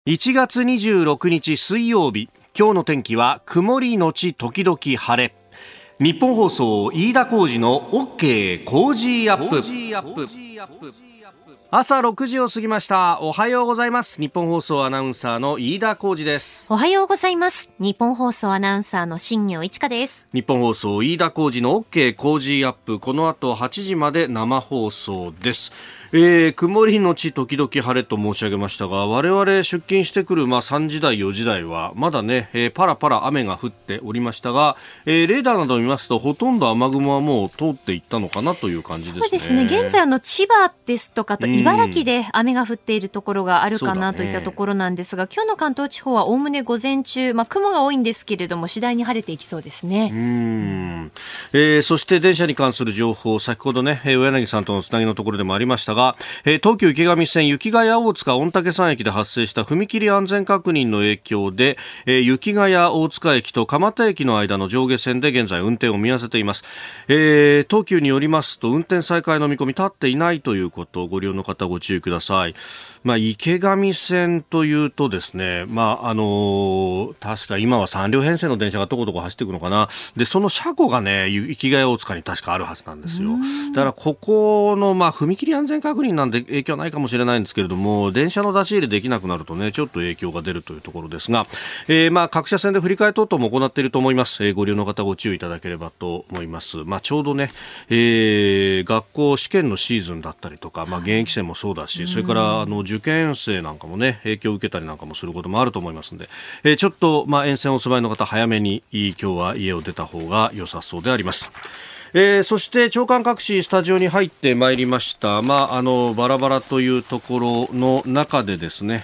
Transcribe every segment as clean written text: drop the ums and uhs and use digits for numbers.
1月26日水曜日、今日の天気は曇りのち時々晴れ。日本放送飯田浩司の OK 工事アップ。朝6時を過ぎました。おはようございます。日本放送アナウンサーの飯田浩司です。 おはようございます。日本放送アナウンサーの新業一華です。 日本放送飯田浩司の OK 工事アップ、この後8時まで生放送です。曇りのち時々晴れと申し上げましたが、我々出勤してくる3時台4時台はまだね、パラパラ雨が降っておりましたが、レーダーなどを見ますとほとんど雨雲はもう通っていったのかなという感じですね。 そうですね。現在千葉ですとかと茨城で雨が降っているところがあるかなといったところなんですが、今日の関東地方はおおむね午前中、雲が多いんですけれども次第に晴れていきそうですね。 そして電車に関する情報、先ほどね、上柳さんとのつなぎのところでもありましたが、東急池上線雪ヶ谷大塚御嶽山駅で発生した踏切安全確認の影響で、雪ヶ谷大塚駅と蒲田駅の間の上下線で現在運転を見合わせています。東急によりますと運転再開の見込み立っていないということをご利用の方ご注意ください。池上線というとですね、確か今は3両編成の電車がとことこ走っていくのかな。で、その車庫がね、雪ヶ谷大塚に確かあるはずなんですよ。だからここの踏切安全確認なんで影響ないかもしれないんですけれども、電車の出し入れできなくなるとね、ちょっと影響が出るというところですが、各社線で振り替え等々も行っていると思います。ご利用の方ご注意いただければと思います。ちょうどね、学校試験のシーズンだったりとか、現役生もそうだし、それから受験生なんかもね、影響を受けたりなんかもすることもあると思いますので、ちょっと沿線お住まいの方早めに今日は家を出た方が良さそうであります。そして長官各紙スタジオに入ってまいりました。バラバラというところの中でですね、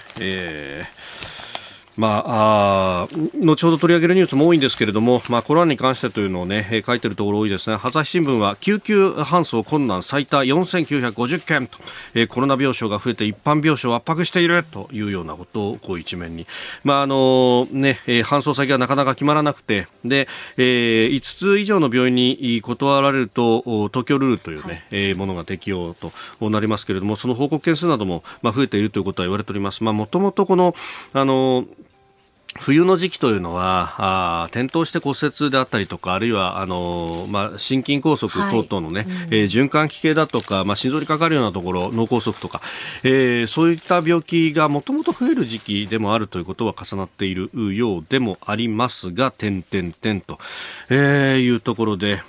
後ほど取り上げるニュースも多いんですけれども、コロナに関してというのをね、書いてるところ多いですね。朝日新聞は救急搬送困難最多4950件と、コロナ病床が増えて一般病床を圧迫しているというようなことをこう一面に、搬送先がなかなか決まらなくて、で、5つ以上の病院に断られると東京ルールというね、ものが適用となりますけれども、その報告件数なども増えているということは言われております。もともとこの冬の時期というのは転倒して骨折であったりとか、あるいは心筋梗塞等々のね、循環器系だとか、心臓にかかるようなところ、脳梗塞とか、そういった病気がもともと増える時期でもあるということは重なっているようでもありますが、というところで、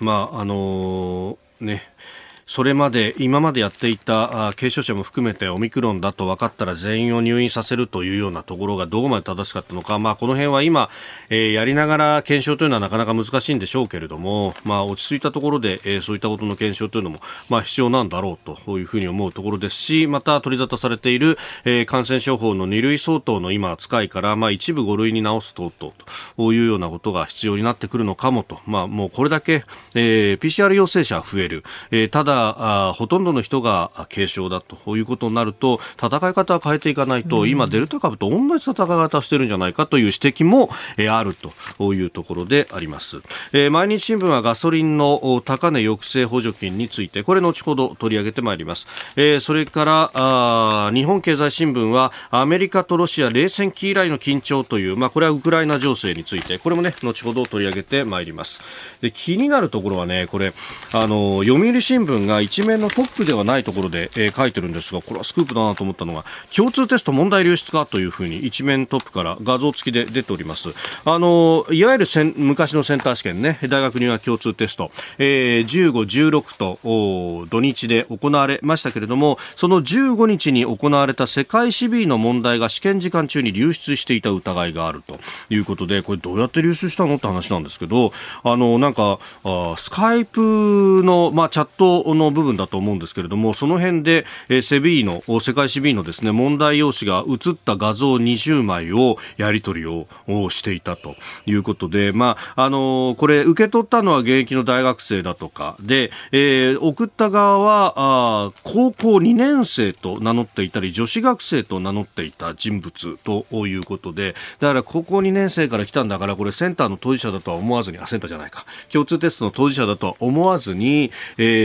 それまで今までやっていた軽症者も含めてオミクロンだと分かったら全員を入院させるというようなところがどこまで正しかったのか、この辺は今、やりながら検証というのはなかなか難しいんでしょうけれども、落ち着いたところで、そういったことの検証というのも、必要なんだろうというふうに思うところですし、また取り沙汰されている、感染症法の2類相当の今扱いから、一部5類に直す等々というようなことが必要になってくるのかもと、もうこれだけ、PCR 陽性者増える、ただほとんどの人が軽症だということになると、戦い方は変えていかないと、今デルタ株と同じ戦い方をしているんじゃないかという指摘もあるというところであります。毎日新聞はガソリンの高値抑制補助金について、これ後ほど取り上げてまいります。それから日本経済新聞はアメリカとロシア冷戦期以来の緊張という、これはウクライナ情勢について、これもね後ほど取り上げてまいります。で、気になるところはね、これ読売新聞が一面のトップではないところで、書いてるんですが、これはスクープだなと思ったのが、共通テスト問題流出かというふうに一面トップから画像付きで出ております。いわゆる昔のセンター試験ね、大学入学共通テスト、15、16と土日で行われましたけれども、その15日に行われた世界史 B の問題が試験時間中に流出していた疑いがあるということで、これどうやって流出したのって話なんですけど、スカイプの、チャットの部分だと思うんですけれども、その辺で、世界史 B のですね、問題用紙が写った画像20枚をやり取りをしていたということで、これ受け取ったのは現役の大学生だとかで、送った側は高校2年生と名乗っていたり女子学生と名乗っていた人物ということで、だから高校2年生から来たんだから、これセンターの当事者だとは思わずに、センターじゃないか、共通テストの当事者だとは思わずに、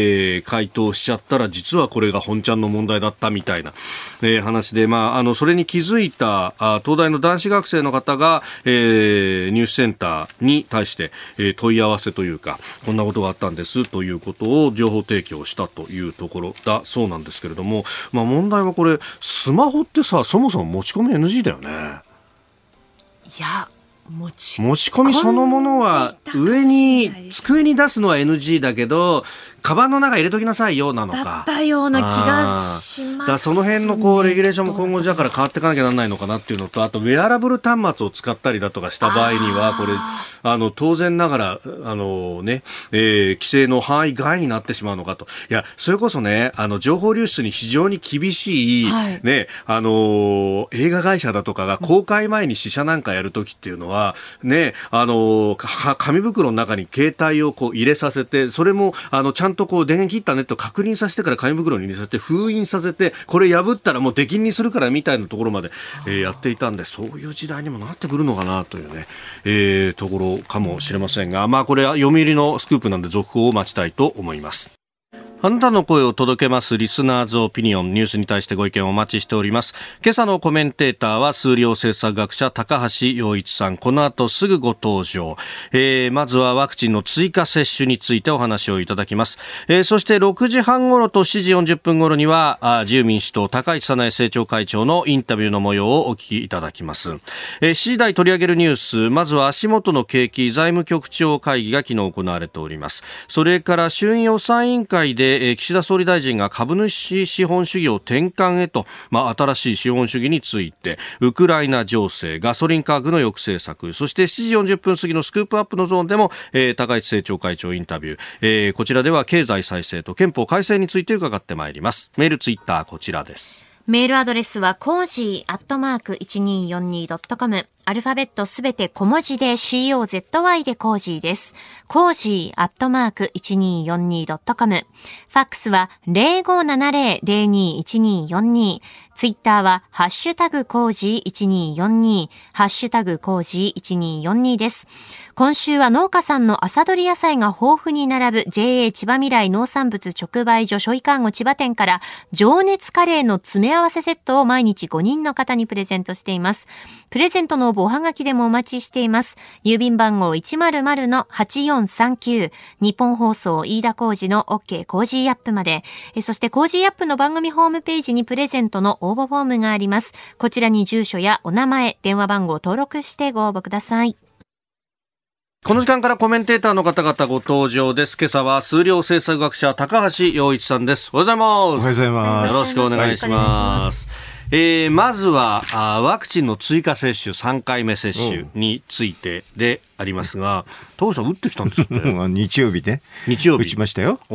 回答しちゃったら実はこれが本ちゃんの問題だったみたいな、話で、それに気づいた東大の男子学生の方が、入試センターに対して、問い合わせというかこんなことがあったんですということを情報提供したというところだそうなんですけれども、問題はこれスマホってさ、そもそも持ち込み NG だよね。 いや、持ち込みそのものは上に机に出すのは NG だけどカバンの中入れときなさいよなのかだったような気がしますね。 だからその辺のレギュレーションも今後じゃから変わっていかなきゃならないのかなっていうのと、あとウェアラブル端末を使ったりだとかした場合にはこれ当然ながら規制の範囲外になってしまうのかと。いや、それこそね、情報流出に非常に厳しい、 はい、 ね、映画会社だとかが公開前に試写なんかやるときっていうのはね、紙袋の中に携帯を入れさせて、それもちゃんと電源切ったねと確認させてから紙袋に入れさせて封印させて、これ破ったらもう出禁にするからみたいなところまで、やっていたんで、そういう時代にもなってくるのかなというね、ところかもしれませんが、これは読売のスクープなんで続報を待ちたいと思います。あなたの声を届けますリスナーズオピニオン、ニュースに対してご意見をお待ちしております。今朝のコメンテーターは数量政策学者高橋洋一さん、この後すぐご登場。まずはワクチンの追加接種についてお話をいただきます。そして6時半頃と7時40分頃には自由民主党高市早苗政調会長のインタビューの模様をお聞きいただきます。7時台取り上げるニュース、まずは足元の景気財務局長会議が昨日行われております。それから衆院予算委員会で岸田総理大臣が株主資本主義を転換へと、新しい資本主義について、ウクライナ情勢、ガソリン価格の抑制策、そして7時40分過ぎのスクープアップのゾーンでも、高市政調会長インタビュー、こちらでは経済再生と憲法改正について伺ってまいります。メールツイッターこちらです。 メールアドレスはコージー@1242.com、アルファベットすべて小文字で COZY でコージーです。コージー@1242.com。ファックスは 0570-021242。ツイッターはハッシュタグコージー1242、ハッシュタグコージー1242です。今週は農家さんの朝どり野菜が豊富に並ぶ JA 千葉未来農産物直売所所以看護千葉店から情熱カレーの詰め合わせセットを毎日5人の方にプレゼントしています。プレゼントの応募おはがきでもお待ちしています。郵便番号 100-8439、日本放送飯田浩司の OK コージーアップまで。そしてコージーアップの番組ホームページにプレゼントの応募フォームがあります。こちらに住所やお名前、電話番号を登録してご応募ください。 この時間からコメンテーターの方々ご登場です。今朝は数量政策学者高橋洋一さんです。おはようございます。 おはようございます。 よろしくお願いします。まずはワクチンの追加接種3回目接種についてでありますが、高橋さん打ってきたんですって日曜日ね。打ちましたよ。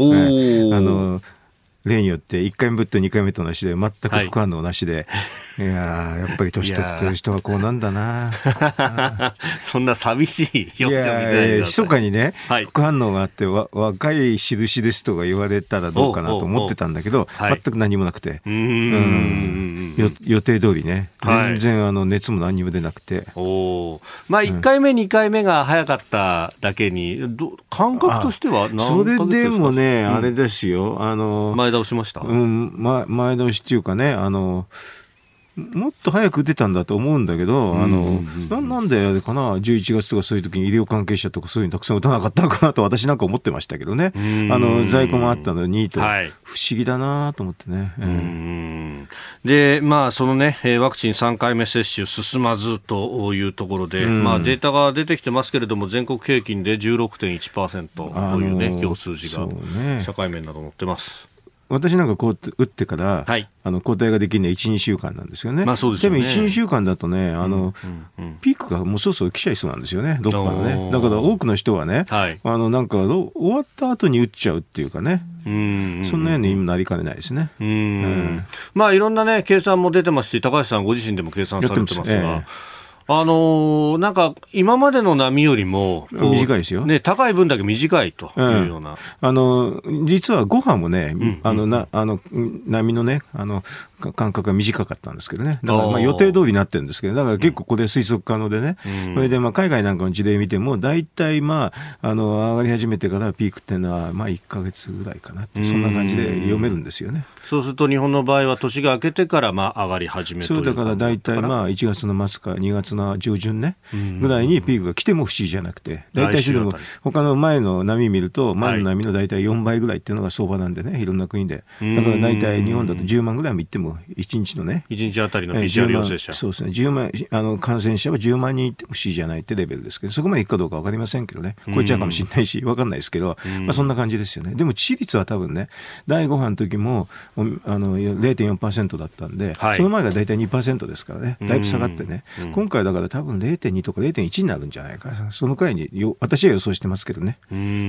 例によって1回目と2回目となしで全く副反応なしで、いややっぱり年取ってる人はこうなんだなそんな寂しい表情見せないでください。 密かにね、副反応があって若い印ですとか言われたらどうかなと思ってたんだけど、全く何もなくて、予定通りね、全然熱も何にも出なくて、 1回目2回目が早かっただけに感覚としては何ヶ月ですか？ それでもね、あれですよ、 前倒しました？ 前倒しっていうかね、もっと早く出たんだと思うんだけど、なんであれかな、11月とかそういう時に医療関係者とかそういうのたくさん打たなかったのかなと私なんか思ってましたけどね。在庫もあったのにと、不思議だなと思ってね。 で、そのね、ワクチン3回目接種進まずというところで、データが出てきてますけれども、全国平均で 16.1% というね、今日数字が社会面など載ってます。 私なんかこう打ってから、抗体ができるのは 1,2 週間なんですよね。 そうですよね。 でも 1,2 週間だとね、ピークがもうそろそろ来ちゃいそうなんですよね、どっかのね。だから多くの人はね、なんか終わった後に打っちゃうっていうかね、そんなようになりかねないですね。 いろんなね、計算も出てますし、高橋さんご自身でも計算されてますが、なんか今までの波よりも短いですよ、 ね、高い分だけ短いというような、 実はご飯もね、波のね間隔が短かったんですけどね。だから予定通りになってるんですけど、だから結構これ推測可能でね。それで海外なんかの事例見ても、大体上がり始めてからピークっていうのは、1ヶ月ぐらいかなって、そんな感じで読めるんですよね。 そうすると日本の場合は年が明けてから上がり始めというそうだから大体1月の末か2月の上旬ね、ぐらいにピークが来ても不思議じゃなくて、大体それでも他の前の波見ると、前の波の大体4倍ぐらいっていうのが相場なんでね、いろんな国で。だから大体日本だと10万ぐらいもいっても、1日のね。 1日あたりの PCR 陽性者。 そうですね。10万、感染者は10万人いっても不思議じゃないってレベルですけど、そこまでいくかどうか分かりませんけどね。超えちゃうかもしれないし、分かんないですけど、そんな感じですよね。でも致死率は多分ね、第5波の時も、0.4% だったんで、その前が大体 2% ですからね。だいぶ下がってね。今回だから多分 0.2 とか 0.1 になるんじゃないか。そのくらいに私は予想してますけどね。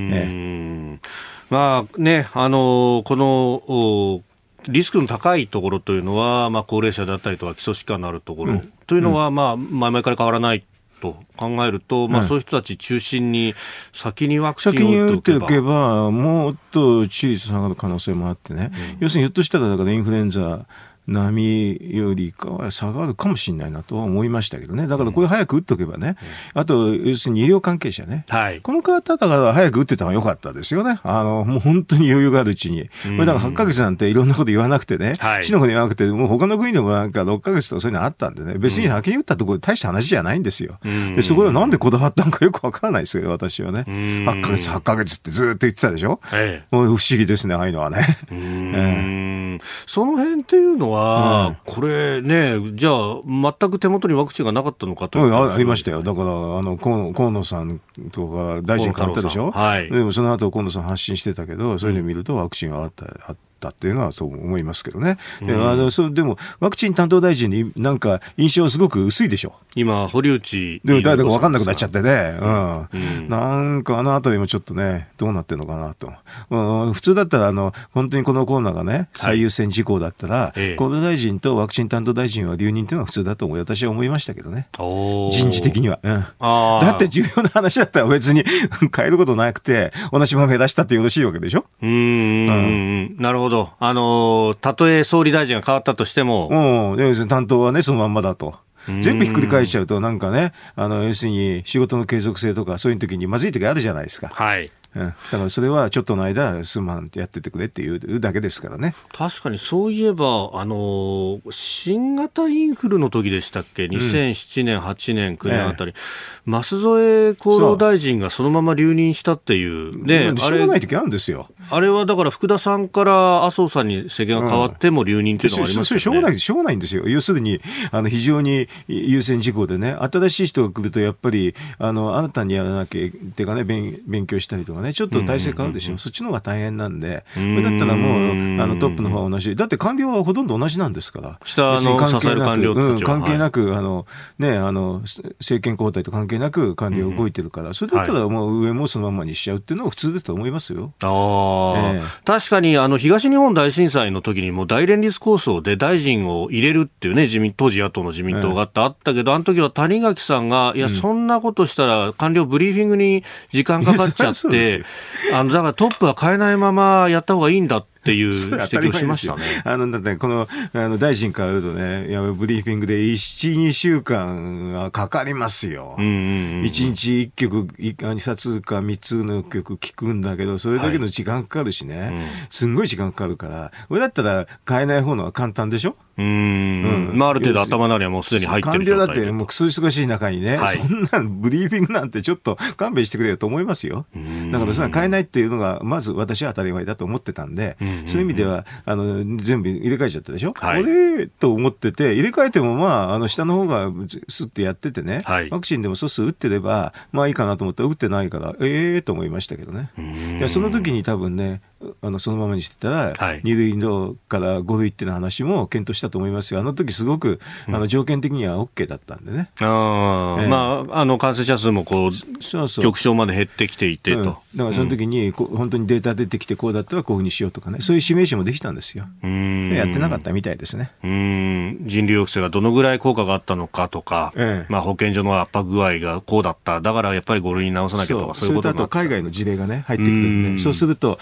まあね、このリスクの高いところというのは、高齢者であったりとか基礎疾患のあるところというのは、前々から変わらないと考えると、そういう人たち中心に先にワクチンを打っておけばもっと致死率下がる可能性もあってね、要するにひょっとしたらだからインフルエンザ波よりかは下がるかもしれないなとは思いましたけどね。だからこれ早く打っとけばね、あと要するに医療関係者ね、この方だから早く打ってた方が良かったですよね。もう本当に余裕があるうちに、これだから8ヶ月なんていろんなこと言わなくてね、死のこと言わなくて、もう他の国でもなんか6ヶ月とかそういうのあったんでね、別に先に打ったところで大した話じゃないんですよ。でそこでなんでこだわったのかよくわからないですよ、私はね。8ヶ月ってずっと言ってたでしょ。もう不思議ですね、ああいうのはね。 その辺っていうのは、これね、じゃあ全く手元にワクチンがなかったのかというありましたよ。だから河野さんとか大臣変わったでしょ。でもその後河野さん発信してたけど、そういうのを見るとワクチンはあったっていうのはそう思いますけどね。でもワクチン担当大臣になんか印象すごく薄いでしょ。 今堀内でも誰だか分かんなくなっちゃってね、なんかあたりもちょっとねどうなってるのかなと、普通だったら本当にこのコロナがね最優先事項だったら、河野大臣とワクチン担当大臣は留任というのは普通だと私は思いましたけどね、人事的には、だって重要な話だったら別に変えることなくて同じまま目指したってよろしいわけでしょ。 なるほど。たとえ総理大臣が変わったとしても、 担当はねそのまんまだと。全部ひっくり返しちゃうとなんかね、要するに仕事の継続性とかそういう時にまずい時あるじゃないですか。だからそれはちょっとの間すまんってやっててくれっていうだけですからね。 確かにそういえば新型インフルの時でしたっけ、2007年8年9年あたり、舛添厚労大臣がそのまま留任したっていうね、 しょうがない時あるんですよ。 あれはだから福田さんから麻生さんに政権が変わっても留任っていうのがありますよね。 しょうがないんですよ。要するに非常に優先事項でね、新しい人が来るとやっぱり新たにやらなきゃっていうかね、勉強したりとかね、ちょっと体制変わるでしょ。そっちの方が大変なんで、これだったらもうトップの方は同じ。だって官僚はほとんど同じなんですから。 下の支える官僚たちは関係なく政権交代と関係なく官僚動いてるから、それだったらもう上もそのままにしちゃうっていうのが普通だと思いますよ。 確かに東日本大震災の時にも大連立構想で大臣を入れるっていうね、当時野党の自民党があったけど、あの時は谷垣さんがいや、そんなことしたら官僚ブリーフィングに時間かかっちゃってだからトップは変えないままやった方がいいんだっていう指摘をしましたね。 だってこの大臣変わるとね、ブリーフィングで 1,2 週間はかかりますよ。1日1曲2冊か3つの曲聞くんだけど、それだけの時間かかるしね、すんごい時間かかるから、これだったら変えない方のが簡単でしょ。 ある程度頭の中にはもうすでに入ってる状態で。 官僚だってもうくそ忙しい中にね、そんなブリーフィングなんてちょっと勘弁してくれよと思いますよ。だからそんな変えないっていうのがまず私は当たり前だと思ってたんで、そういう意味では全部入れ替えちゃったでしょ。これと思ってて、入れ替えても下の方がスッてやっててね、ワクチンでもそうする打ってればいいかなと思ったら打ってないからと思いましたけどね。その時に多分ね、そのままにしてたら、2類のから5類っていう話も検討したと思いますよ。あの時すごく条件的には OK だったんでね。 感染者数も極小まで減ってきていてと。 だからその時に本当にデータ出てきてこうだったらこういうふうにしようとかね、そういうシミュレーションもできたんですよ。やってなかったみたいですね。 人流抑制がどのぐらい効果があったのかとか、保健所の圧迫具合がこうだった、だからやっぱり5類に直さなきゃとか、そういうことになって、 それとあと海外の事例がね入ってくるんで、そうすると致死率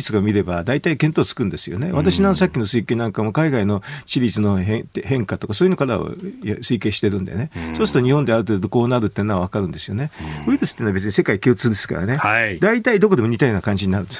率が見れば大体見当つくんですよね。私のさっきの推計なんかも海外の致率の変化とかそういうのから推計してるんでね、そうすると日本である程度こうなるっていうのは分かるんですよね。ウイルスっていうのは別に世界共通ですからね、大体どこでも似たような感じになるんです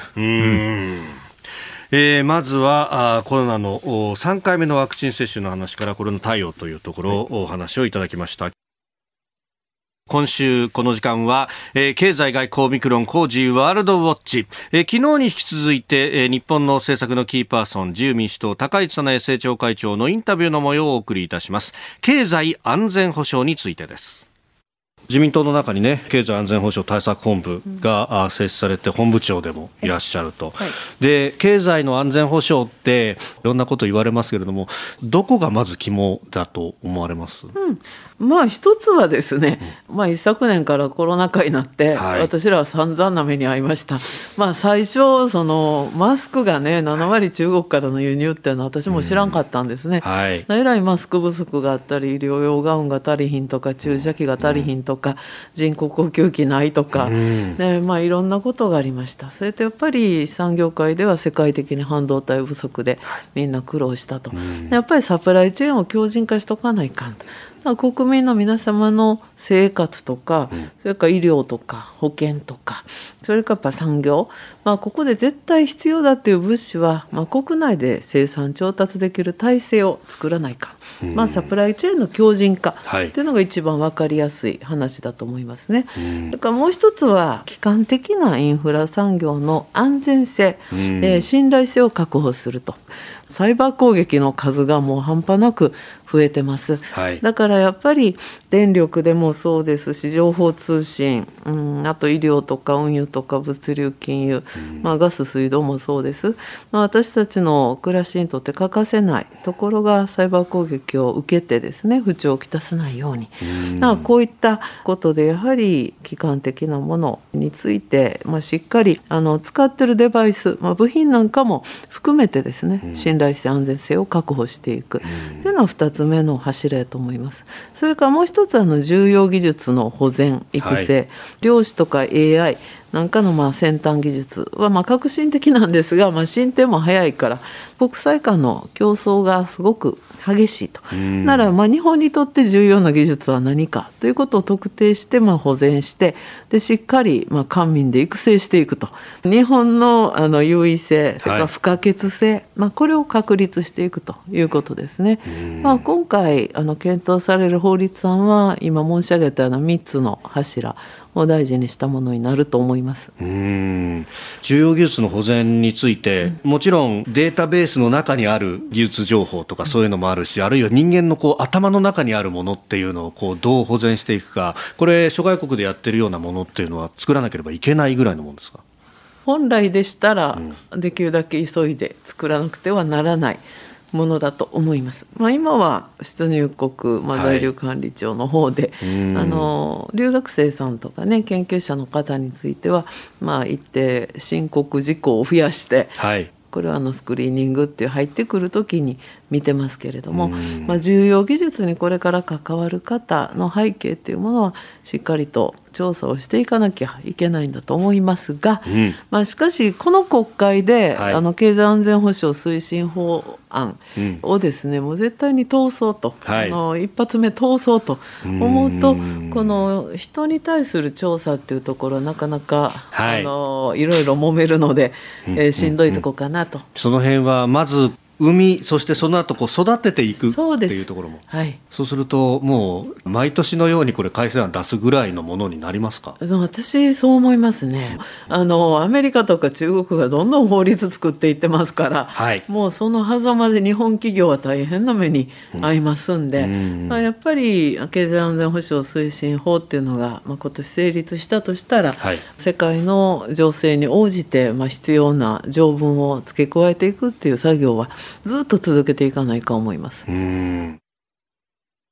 よ。 まずはコロナの3回目のワクチン接種の話からこれの対応というところをお話をいただきました。今週この時間は、経済外交オミクロン工事ワールドウォッチ、昨日に引き続いて、日本の政策のキーパーソン自由民主党高市早苗政調会長のインタビューの模様をお送りいたします。経済安全保障についてです。自民党の中にね、経済安全保障対策本部が設置されて本部長でもいらっしゃると、で経済の安全保障っていろんなこと言われますけれども、どこがまず肝だと思われます？ まあ一つはですね、一昨年からコロナ禍になって、私らは散々な目に遭いました。最初そのマスクがね7割中国からの輸入っていうのは私も知らんかったんですね。えらいマスク不足があったり、医療用ガウンが足りひんとか、注射器が足りひんとか、人工呼吸器ないとか、いろんなことがありました。それとやっぱり産業界では世界的に半導体不足でみんな苦労したと。やっぱりサプライチェーンを強靭化しとかないかんと。国民の皆様の生活とか、それから医療とか保険とか、それからやっぱ産業、ここで絶対必要だっていう物資は、国内で生産調達できる体制を作らないか、サプライチェーンの強靭化っていうのが一番分かりやすい話だと思いますね。だからもう一つは基幹的なインフラ産業の安全性、信頼性を確保すると。サイバー攻撃の数がもう半端なく増えてます。だからやっぱり電力でもそうですし、情報通信、あと医療とか運輸とか物流金融、ガス水道もそうです。私たちの暮らしにとって欠かせないところがサイバー攻撃を受けてですね、不調をきたさないように、こういったことでやはり基幹的なものについて、しっかり使ってるデバイス、部品なんかも含めてですね、信頼性安全性を確保していくというのは2つ目の柱だと思います。それからもう一つは重要技術の保全育成、量子とか AIなんかの先端技術は革新的なんですが、進展も早いから国際間の競争がすごく激しいと。なら日本にとって重要な技術は何かということを特定して保全して、でしっかり官民で育成していくと。日本の優位性、それから不可欠性、これを確立していくということですね。今回検討される法律案は今申し上げたような3つの柱を大事にしたものになると思います。 重要技術の保全について、もちろんデータベースの中にある技術情報とかそういうのもあるし、あるいは人間の頭の中にあるものっていうのをどう保全していくか、これ諸外国でやってるようなものっていうのは作らなければいけないぐらいのものですか？ 本来でしたらできるだけ急いで作らなくてはならないものだと思います。今は出入国、在留管理庁の方で、留学生さんとかね、研究者の方については、一定申告事項を増やして、これはスクリーニングっていう入ってくるときに見てますけれども、重要技術にこれから関わる方の背景っていうものはしっかりと調査をしていかなきゃいけないんだと思いますが、しかしこの国会で、経済安全保障推進法案をですね、もう絶対に通そうと、一発目通そうと思うと、この人に対する調査っていうところはなかなか、いろいろ揉めるので、しんどいとこかなと。 その辺はまずそしてその後育てていくっていうところも、そうするともう毎年のようにこれ改正案出すぐらいのものになりますか？ 私そう思いますね。アメリカとか中国がどんどん法律作っていってますから、もうその狭間で日本企業は大変な目に遭いますんで、やっぱり経済安全保障推進法っていうのが、今年成立したとしたら、世界の情勢に応じて、必要な条文を付け加えていくっていう作業はずっと続けていかないか思います。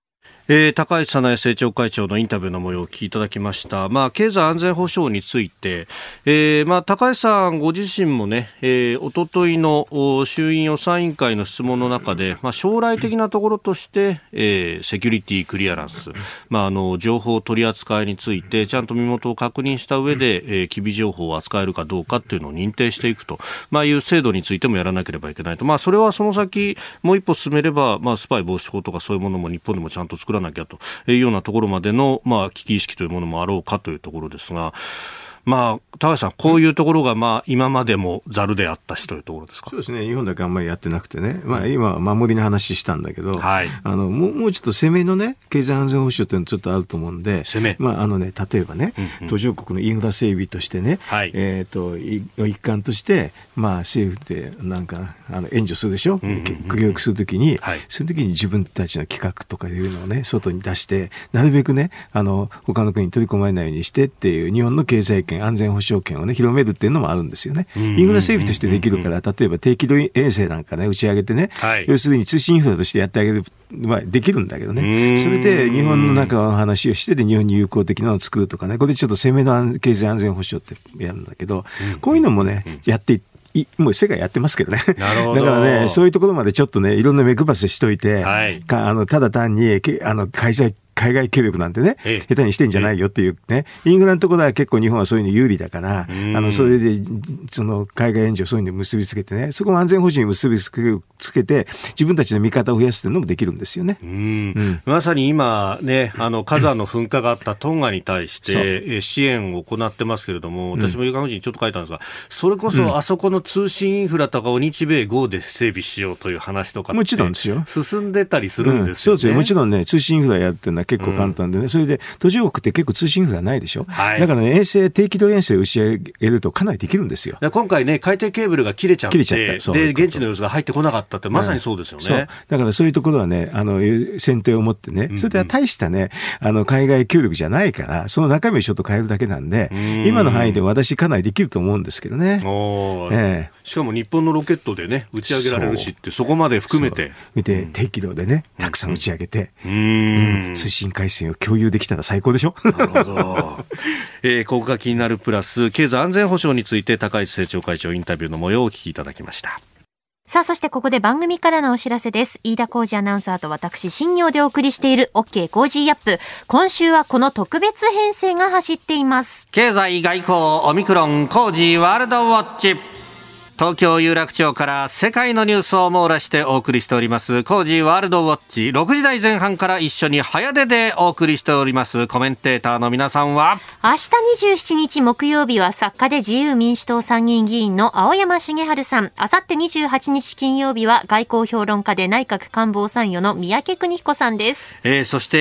高市早苗政調会長のインタビューの模様をお聞きいただきました。経済安全保障について、高市さんご自身もね、おとといの衆院予算委員会の質問の中で、将来的なところとして、セキュリティクリアランス、情報取り扱いについてちゃんと身元を確認した上で、機微情報を扱えるかどうかっていうのを認定していくと、いう制度についてもやらなければいけないと。それはその先もう一歩進めれば、スパイ防止法とかそういうものも日本でもちゃんと作らなきゃというようなところまでの、危機意識というものもあろうかというところですが、高橋さん、こういうところが今までもざるであったしというところですか。 そうですね、日本だけあんまりやってなくてね、今、守りの話したんだけど、もうちょっと攻めのね、経済安全保障っていうのちょっとあると思うんで、例えばね、途上国のインフラ整備としてね、一環として、政府で援助するでしょ、協力するときに、そういうときに自分たちの企画とかいうのをね、外に出して、なるべくね、他の国に取り込まれないようにしてっていう、日本の経済圏、安全保障圏をね、広めるっていうのもあるんですよね。インフラ整備としてできるから、例えば低軌道衛星なんかね、打ち上げてね、要するに通信インフラとしてやってあげる、できるんだけどね。それで日本の中の話をしてで日本に有効的なのを作るとかね、これちょっと攻めの経済安全保障ってやるんだけど、こういうのもね、やってもう世界やってますけどね。だからね、そういうところまでちょっとね、いろんな目配せしといて、ただ単に、海外協力なんてね、下手にしてんじゃないよっていうね、インフラのところは結構日本はそういうの有利だから、それで、海外援助そういうのに結びつけてね、そこも安全保障に結びつけて、自分たちの味方を増やすっていうのもできるんですよね。 まさに今ね、火山の噴火があったトンガに対して、支援を行ってますけれども、私も有観人にちょっと書いたんですが、それこそあそこの通信インフラとかを日米豪で整備しようという話とかって、 もちろんですよ。 進んでたりするんですよね。 そうですよ。もちろんね、通信インフラやってるのは結構簡単でね、それで途上国って結構通信インフラないでしょ。だからね、低軌道衛星を打ち上げるとかなりできるんですよ。 今回ね、海底ケーブルが切れちゃって、で、現地の様子が入ってこなかったって、まさにそうですよね。 だからそういうところはね、先手を持ってね、それでは大したね、海外協力じゃないから、その中身をちょっと変えるだけなんで、今の範囲で私かなりできると思うんですけどね。 しかも日本のロケットでね、打ち上げられるしって、そこまで含めて。 低軌道でね、たくさん打ち上げて、通信回線を共有できたら最高でしょ。 なるほど。ここが気になるプラス、経済安全保障について高市政調会長インタビューの模様をお聞きいただきました。 さあ、そしてここで番組からのお知らせです。飯田浩司アナウンサーと私、新業でお送りしている OK コージーアップ。今週はこの特別編成が走っています。 経済外交オミクロンコージーワールドウォッチ。東京有楽町から世界のニュースを網羅してお送りしておりますコージーワールドウォッチ。6時台前半から一緒に早出でお送りしておりますコメンテーターの皆さんは、 明日27日木曜日は作家で自由民主党参議院議員の青山茂春さん。あさって28日金曜日は外交評論家で内閣官房参与の三宅邦彦さんです。 そして、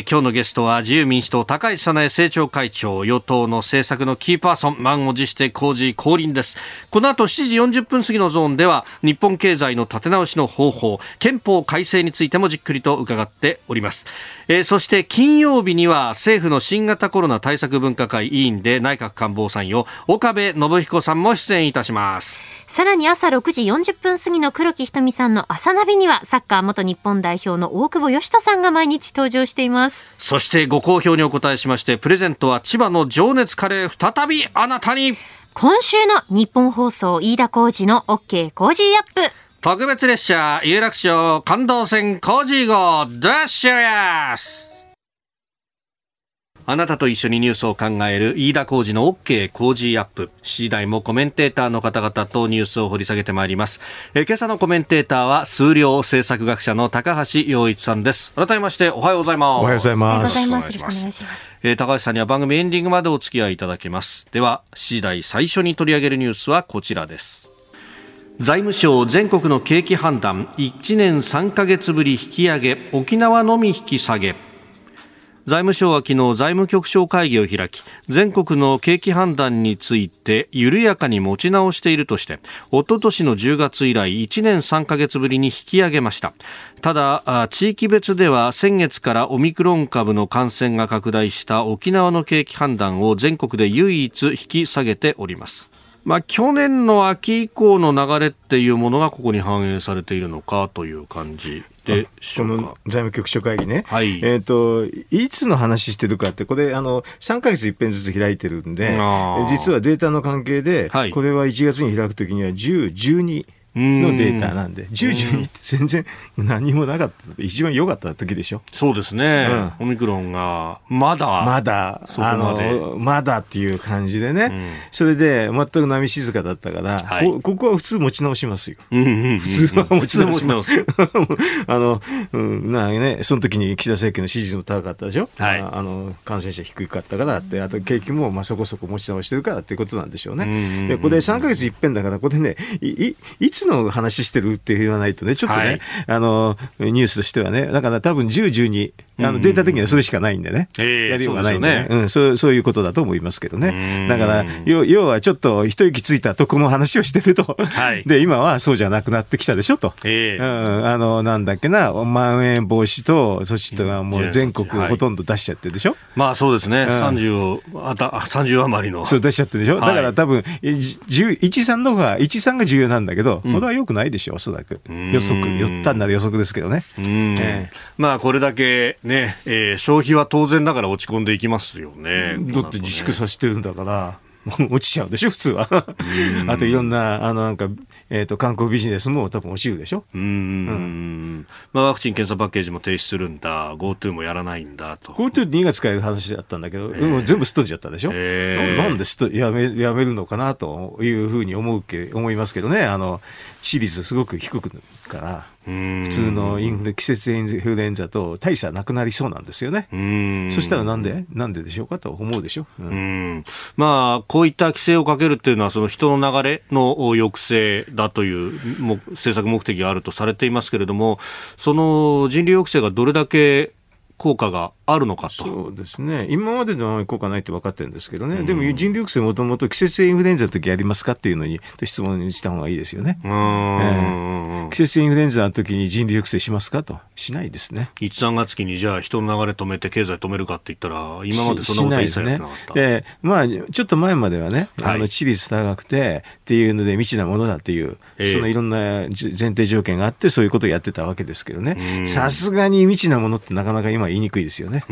今日のゲストは自由民主党高市早苗政調会長、与党の政策のキーパーソン、満を持してコージー降臨です。この後7時40分過ぎのゾーンでは日本経済の立て直しの方法、憲法改正についてもじっくりと伺っております。そして金曜日には政府の新型コロナ対策分科会委員で内閣官房参与岡部信彦さんも出演いたします。 さらに朝6時40分過ぎの黒木瞳さんの朝ナビにはサッカー元日本代表の大久保嘉人さんが毎日登場しています。 そしてご好評にお答えしまして、プレゼントは千葉の情熱カレー再びあなたに。 今週の日本放送飯田浩司の OK コージーアップ特別列車有楽町感動線コージー号ダッシュヤス。あなたと一緒にニュースを考える飯田浩司の OK コージーアップ。7時台もコメンテーターの方々とニュースを掘り下げてまいります。今朝のコメンテーターは数量政策学者の高橋洋一さんです。改めましておはようございます。 おはようございます。 よろしくお願いします。 高橋さんには番組エンディングまでお付き合いいただきます。では7時台最初に取り上げるニュースはこちらです。財務省全国の景気判断1年3ヶ月ぶり引き上げ、沖縄のみ引き下げ。財務省は昨日財務局長会議を開き、全国の景気判断について緩やかに持ち直しているとして、おととしの10月以来1年3ヶ月ぶりに引き上げました。ただ地域別では先月からオミクロン株の感染が拡大した沖縄の景気判断を全国で唯一引き下げております。去年の秋以降の流れっていうものがここに反映されているのかという感じでしょうか。 この財務局長会議ね。 はい。 いつの話してるかって、これ、3ヶ月一遍ずつ開いてるんで、実はデータの関係で、はい、これは1月に開くときには10、12、のデータなんで、10、12って全然何もなかった。一番良かった時でしょ。 そうですね。オミクロンが、まだ、 まだっていう感じでね。それで、全く波静かだったから、はい、ここは普通持ち直しますよ。普通は持ち直します。その時に岸田政権の支持率も高かったでしょ。はい、感染者低かったからって、あと景気もそこそこ持ち直してるからっていうことなんでしょうね。で、これ3ヶ月一遍だから、これね、いつの話してるって言わないとね、ちょっとね、はい、ニュースとしてはね、だから多分10、12、データ的にはそれしかないんでね。やりようがないんでね。そういうことだと思いますけどね。だから、要はちょっと一息ついたとこの話をしてると。はい、で、今はそうじゃなくなってきたでしょと。なんだっけな、まん延防止と措置とかもう全国ほとんど出しちゃってるでしょ。 まあそうですね。30余りの。 そう出しちゃってるでしょ。だから多分、13の方が、13が重要なんだけど、これは良くないでしょ、おそらく。単なる予測ですけどね。 まあこれだけね、消費は当然だから落ち込んでいきますよね。 だって自粛させてるんだから。落ちちゃうでしょ普通は。あといろんな観光ビジネスも多分落ちるでしょ。 ワクチン検査パッケージも停止するんだ、 GoTo もやらないんだと。 GoTo 2月からやる話だったんだけど、全部すっ飛んじゃったでしょ。なんでやめるのかなというふうに思いますけどね。致死率すごく低くから、普通の季節インフルエンザと大差なくなりそうなんですよね。そしたらなんででしょうかと思うでしょ。 まあこういった規制をかけるっていうのはその人の流れの抑制だという政策目的があるとされていますけれども、その人流抑制がどれだけ効果があるのかと。 そうですね。今までの効果ないって分かってるんですけどね。でも人流抑制もともと季節性インフルエンザの時やりますかっていうのに質問にした方がいいですよね。季節性インフルエンザの時に人流抑制しますかと。しないですね。 1、3月期にじゃあ人の流れ止めて経済止めるかって言ったら今までそんなこと一切やってなかった。 で、まあちょっと前まではね、致死率高くてっていうので未知なものだっていう、そのいろんな前提条件があってそういうことをやってたわけですけどね。さすがに未知なものってなかなか今言いにくいですよね。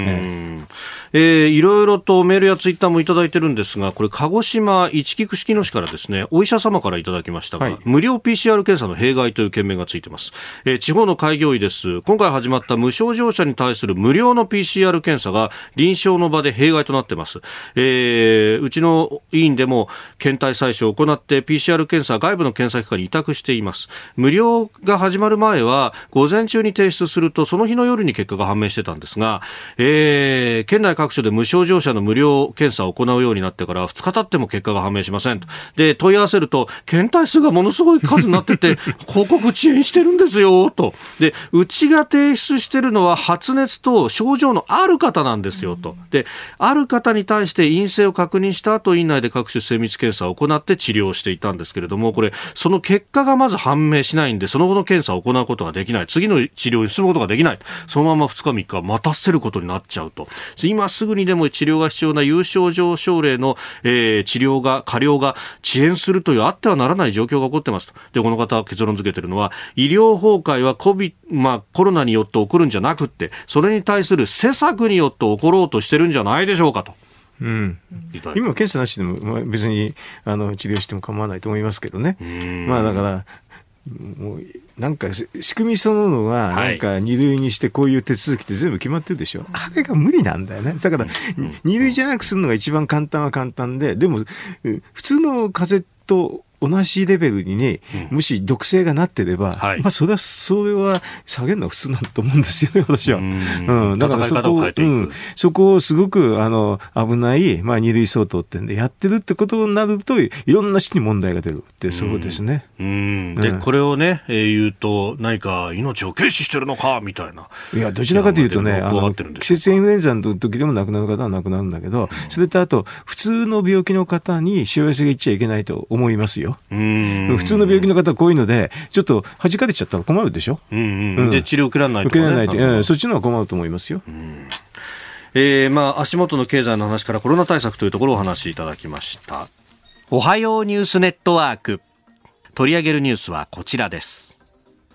いろいろとメールやツイッターもいただいてるんですが、これ鹿児島いちき串木野市からですね、お医者様からいただきましたが、無料 PCR 検査の弊害という件名がついてます。地方の開業医です。今回始まった無症状者に対する無料の PCR 検査が臨床の場で弊害となっています。うちの委員でも検体採取を行って PCR 検査外部の検査機関に委託しています。無料が始まる前は午前中に提出するとその日の夜に結果が判明してたんですが、県内各所で無症状者の無料検査を行うようになってから2日経っても結果が判明しませんと。で問い合わせると検体数がものすごい数になってて報告遅延してるんですよと。でうちが提出してるのは発熱と症状のある方なんですよと。である方に対して陰性を確認した後院内で各種精密検査を行って治療していたんですけれども、これその結果がまず判明しないんでその後の検査を行うことができない、次の治療に進むことができない、そのまま2日3日待たせることになっちゃうと。今すぐにでも治療が必要な有症状症例の、治療が過料が遅延するというあってはならない状況が起こってますと。でこの方は結論付けているのは、医療崩壊はコロナによって起こるんじゃなくって、それに対する施策によって起ころうとしてるんじゃないでしょうかと。 今検査なしでも別に治療しても構わないと思いますけどね。まあだからもうなんか仕組みそのものはなんか2類にしてこういう手続きって全部決まってるでしょ。あれが無理なんだよね。だから2類じゃなくするのが一番簡単は簡単で、でも普通の風邪と同じレベルにね、もし毒性がなってれば、まあそれは下げるのは普通なんだと思うんですよね、私は。だからそこをすごく危ない、まあ2類相当ってんでやってるってことになると、いろんな人に問題が出るってそうですね。 でこれをね、言うと何か命を軽視してるのかみたいな。 いやどちらかというとね、季節性インフルエンザの時でも亡くなる方は亡くなるんだけど、それとあと普通の病気の方にしわ寄せがいっちゃいけないと思いますよ。普通の病気の方はこういうのでちょっと弾かれちゃったら困るでしょ。 で治療受けられないとか、ね、 受けられないって、そっちの方が困ると思いますよ。 まあ、足元の経済の話からコロナ対策というところをお話しいただきました。おはようニュースネットワーク、取り上げるニュースはこちらです。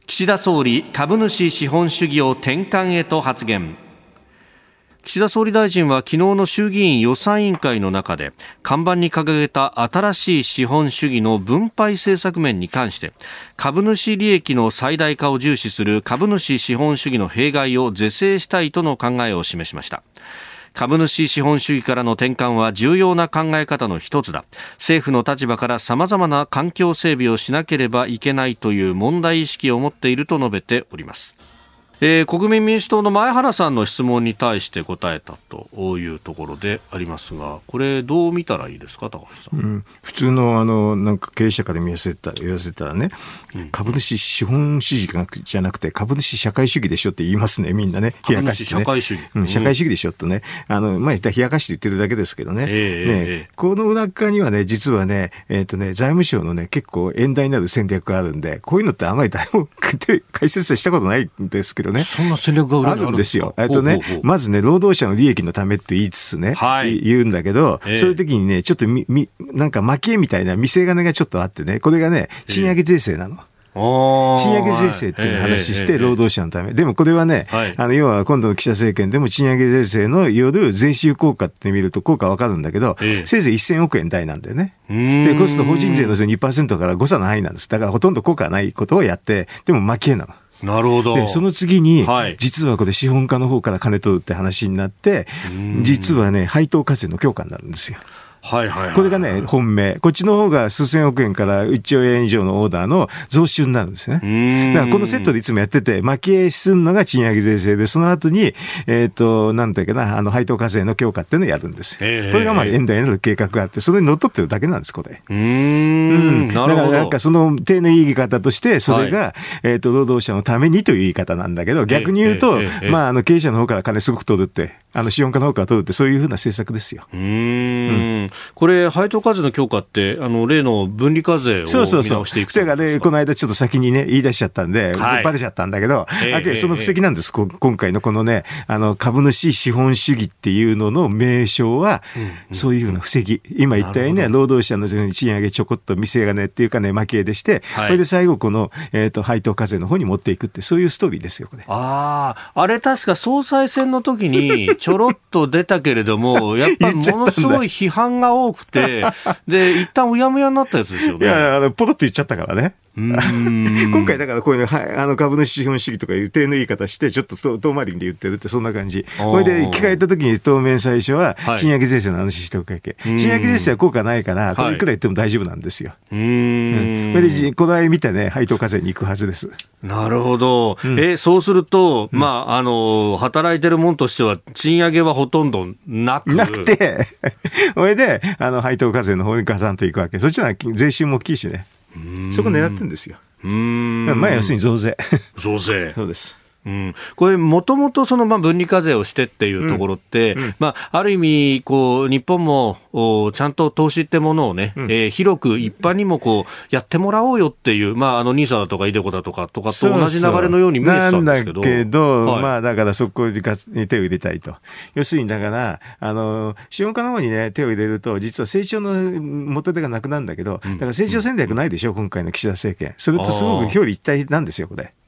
岸田総理、株主資本主義を転換へと発言。岸田総理大臣は昨日の衆議院予算委員会の中で看板に掲げた新しい資本主義の分配政策面に関して株主利益の最大化を重視する株主資本主義の弊害を是正したいとの考えを示しました。株主資本主義からの転換は重要な考え方の一つだ。政府の立場から様々な環境整備をしなければいけないという問題意識を持っていると述べております。国民民主党の前原さんの質問に対して答えたというところでありますが、これどう見たらいいですか、高橋さん。 普通のなんか経営者から言わせたらね、株主資本主義じゃなくて株主社会主義でしょって言いますね、みんなね。冷やかしてね。 株主社会主義。 社会主義でしょとね。冷やかして言ってるだけですけどね。この裏側にはね、実はね、財務省のね、結構遠大になる戦略があるんで、こういうのってあまり誰も解説したことないんですけどね。 そんな戦略があるんですよ。まずね、労働者の利益のためって言いつつね、言うんだけど、そういう時にね、ちょっとなんか蒔絵みたいな見せ金がちょっとあってね、これがね、賃上げ税制なの。賃上げ税制っていう話して労働者のため。でもこれはね、要は今度の岸田政権でも賃上げ税制のよる税収効果って見ると効果わかるんだけど、せいぜい1000億円台なんだよね。で、コスト法人税の 2% から誤差の範囲なんです。だからほとんど効果がないことをやって、でも蒔絵なの。 なるほど。 で、その次に、実はこれ資本家の方から金取るって話になって、実はね、配当課税の強化になるんですよ。これがね、本命。こっちの方が数千億円から1兆円以上のオーダーの増収になるんですね。だからこのセットでいつもやってて、蒔絵するのが賃上げ税制で、その後に、なんだっけな、配当課税の強化っていうのをやるんですよ。これがまあ、円台になる計画があって、それに乗っ取ってるだけなんです、これ。だからなんかその手のいい言い方として、それが、労働者のためにという言い方なんだけど、逆に言うと、まあ、経営者の方から金すごく取るって、資本家の方から取るって、そういうふうな政策ですよ。 これ、配当課税の強化って、例の分離課税を見直していく。 それがね、この間ちょっと先にね、言い出しちゃったんで、バレちゃったんだけど、その布石なんです。今回のこのね、株主資本主義っていうのの名称は、そういうふうな布石。今言ったようにね、労働者の賃上げちょこっと見せ金っていうかね、蒔絵でして、それで最後この、配当課税の方に持っていくって、そういうストーリーですよ、これ。 あれ確か総裁選の時にちょろっと出たけれども、やっぱりものすごい批判が多くて、で、一旦うやむやになったやつですよね。 いや、ポロッと言っちゃったからね。今回だからこういう株主資本主義とかいう手の言い方して、ちょっと遠回りで言ってるってそんな感じ。これで聞かれた時に当面最初は賃上げ税制の話しておくわけ。賃上げ税制は効果ないから、これいくら言っても大丈夫なんですよ。これでこの間見てね、配当課税に行くはずです。 なるほど。そうすると、まあ、働いてるもんとしては、賃上げはほとんどなくて、それで、配当課税の方にガサンと行くわけ。そっちは税収も大きいしね。そこ狙ってるんですよ。まあ要するに増税。 増税。 そうです。 これもともとその分離課税をしてっていうところって、まあある意味こう日本もちゃんと投資ってものをね、広く一般にもこうやってもらおうよっていう、まあNISAだとかイデコだとかと同じ流れのように見えてたんですけど。 なんだけど、まあだからそこに手を入れたいと。要するにだから資本家の方にね手を入れると実は成長の元手がなくなるんだけど、だから成長戦略ないでしょ、今回の岸田政権。それとすごく表裏一体なんですよ、これ。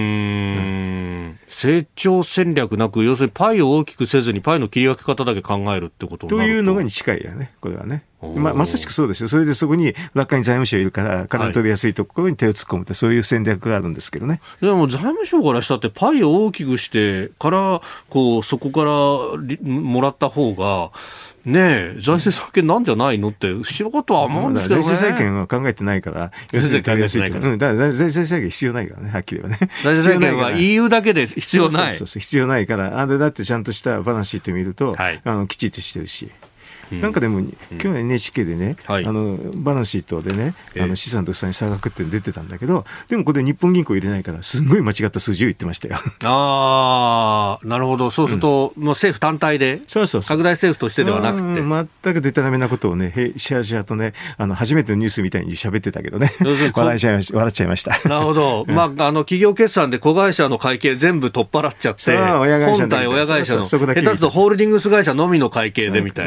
成長戦略なく、要するにパイを大きくせずにパイの切り分け方だけ考えるってことになるというのがに近いよね、これはね。まさしくそうですよ。それでそこに裏側に財務省いるから金取りやすいところに手を突っ込むって、そういう戦略があるんですけどね。 でも財務省からしたってパイを大きくしてからこうそこからもらった方がねえ、財政再建なんじゃないのって素人は思うんですけどね。 財政再建は考えてないから、要するに取りやすいとか。だから財政再建必要ないからね、はっきり言えばね。 財政再建は EU だけで必要ない。 そう必要ないから、だってちゃんとしたバランスシート見ると、きちっとしてるし。なんかでも、去年 NHK でね、バランスシートでね、資産と負債に差額って出てたんだけど、でもこれ日本銀行入れないから、すごい間違った数字を言ってましたよ。 なるほど。そうすると、もう政府単体で、拡大政府としてではなくて。 全くデタラメなことをね、シャーとね、初めてのニュースみたいに喋ってたけどね、笑っちゃいました。 なるほど。まあ、企業決算で子会社の会計全部取っ払っちゃって、本体親会社の、下手するとホールディングス会社のみの会計でみたいな。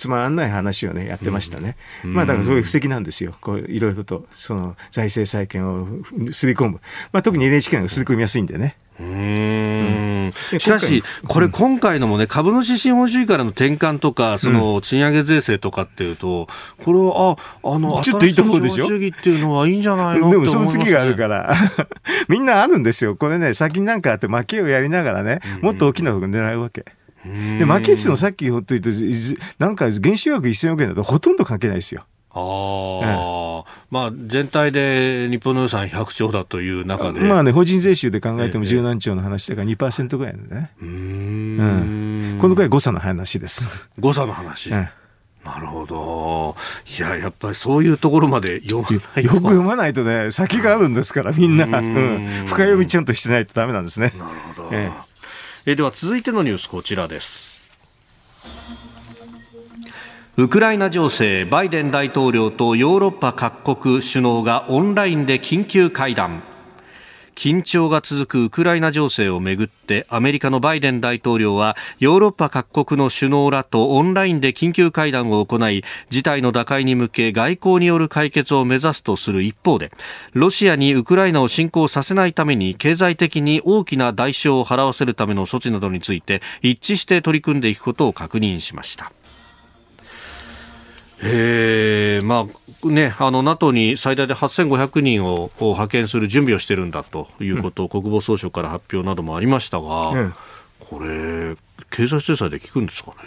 つまらない話をね、やってましたね。まあだからそういう布石なんですよ。こういろいろと、その財政再建をすり込む。まあ特に NHK がすり込みやすいんでね。 しかし、これ今回のもね、株主資本主義からの転換とか、その賃上げ税制とかっていうと、これは、 ちょっといいと思うでしょ。 資本主義っていうのはいいんじゃないの。 でもその次があるから、みんなあるんですよ。これね、先になんかあって負けをやりながらね、もっと大きなところ狙うわけ。で、負けっていうのはさっき言ったと、なんか原子額1000億円だとほとんど関係ないですよ。 まあ、全体で日本の予算100兆だという中で、 まあね、法人税収で考えても十何兆の話だから 2% ぐらいなんだね。このくらい誤差の話です。 誤差の話。なるほど。いや、やっぱりそういうところまで読まないと。 よく読まないとね、先があるんですから、みんな。深読みちゃんとしてないとダメなんですね。 なるほど。では続いてのニュース、こちらです。ウクライナ情勢、バイデン大統領とヨーロッパ各国首脳がオンラインで緊急会談。緊張が続くウクライナ情勢をめぐってアメリカのバイデン大統領はヨーロッパ各国の首脳らとオンラインで緊急会談を行い、事態の打開に向け外交による解決を目指すとする一方で、ロシアにウクライナを侵攻させないために経済的に大きな代償を払わせるための措置などについて一致して取り組んでいくことを確認しました。まあね、NATO に最大で8500人を派遣する準備をしているんだということを、国防総省から発表などもありましたが、これ経済制裁で効くんですかね。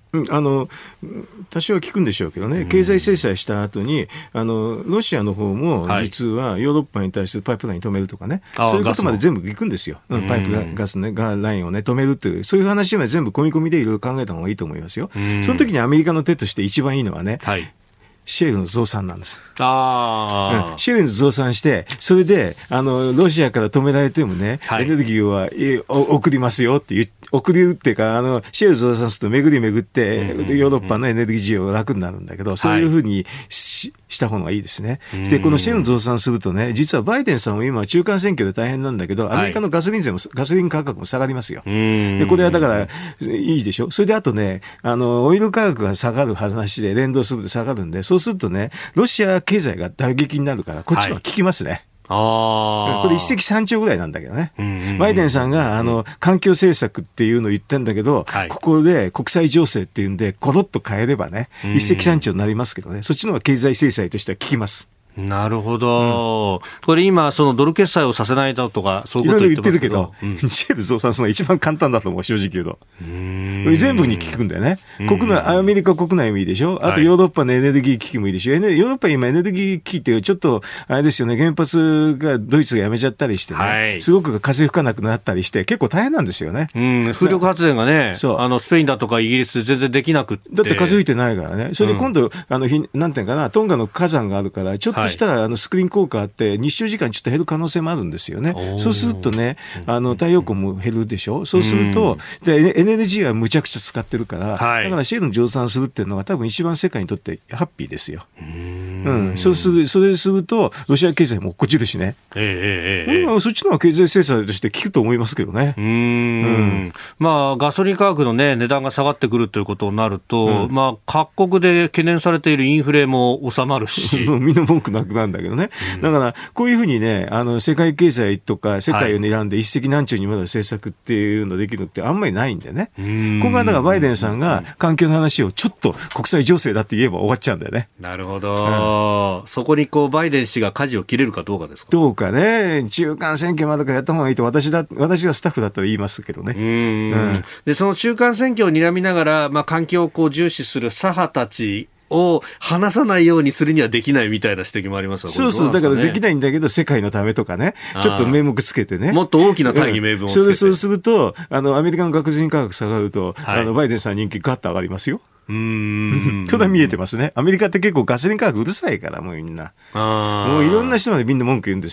多少は効くんでしょうけどね、経済制裁した後にロシアの方も実はヨーロッパに対してパイプライン止めるとかね、そういうことまで全部行くんですよ。パイプガスね、ラインをね止めるっていう、そういう話は全部込み込みでいろいろ考えた方がいいと思いますよ。その時にアメリカの手として一番いいのはね、シェールの増産なんです。シェールの増産して、それでロシアから止められてもね、エネルギーは送りますよって送るっていうか、シェール増産すると巡り巡って、ヨーロッパのエネルギー需要が楽になるんだけど、そういうふうにした方がいいですね。で、このシェール増産するとね、実はバイデンさんも今中間選挙で大変なんだけど、アメリカのガソリン価格も下がりますよ。で、これはだからいいでしょ。それであとね、オイル価格が下がる話で連動すると下がるんで、そうするとね、ロシア経済が打撃になるから、こっちのは効きますね。これ一石三鳥ぐらいなんだけどね。バイデンさんが環境政策っていうのを言ってんだけど、ここで国際情勢っていうんでコロッと変えればね、一石三鳥になりますけどね、そっちの方が経済制裁としては効きます。 なるほど、これ今そのドル決済をさせないだとかそういうこと言ってますけど、いろいろ言ってるけど、シェール増産するのが一番簡単だと思う、正直言うと。全部に効くんだよね。アメリカ国内もいいでしょ。あとヨーロッパのエネルギー危機もいいでしょ。ヨーロッパ今エネルギー危機ってちょっとあれですよね、原発がドイツがやめちゃったりしてね、すごく風吹かなくなったりして結構大変なんですよね。風力発電がね、スペインだとかイギリスで全然できなくって、 だって風吹いてないからね。それで今度なんていうかな、トンガの火山があるからちょっとしたスクリーン効果あって日照時間ちょっと減る可能性もあるんですよね。そうするとね、太陽光も減るでしょ。そうするとエネルギーはむちゃくちゃ使ってるから、だからシェールの増産するっていうのが多分一番世界にとってハッピーですよ。それするとロシア経済も落っこちるしね。そっちの方が経済制裁として効くと思いますけどね。 まあガソリン価格のね値段が下がってくるということになると、まあ各国で懸念されているインフレも収まるし、 みんな文句なくなるんだけどね。だからこういうふうにね、世界経済とか世界を睨んで一石何鳥にまだ政策っていうのできるのってあんまりないんでね。ここはだからバイデンさんが環境の話をちょっと国際情勢だって言えば終わっちゃうんだよね。 なるほど、そこにバイデン氏が舵を切れるかどうかですか。 どうかね、中間選挙までからやった方がいいと私がスタッフだったら言いますけどね。 でその中間選挙を睨みながら、環境を重視する左派たちを離さないようにするにはできないみたいな指摘もありますが、 そう、だからできないんだけど世界のためとかね、ちょっと名目つけてね、 もっと大きな大義名分をつけて、 そうするとアメリカのガソリン価格下がると、バイデンさん人気ガッと上がりますよ。それは見えてますね。アメリカって結構ガソリン価格うるさいから、もうみんなもういろんな人までみんな文句言うんですよ。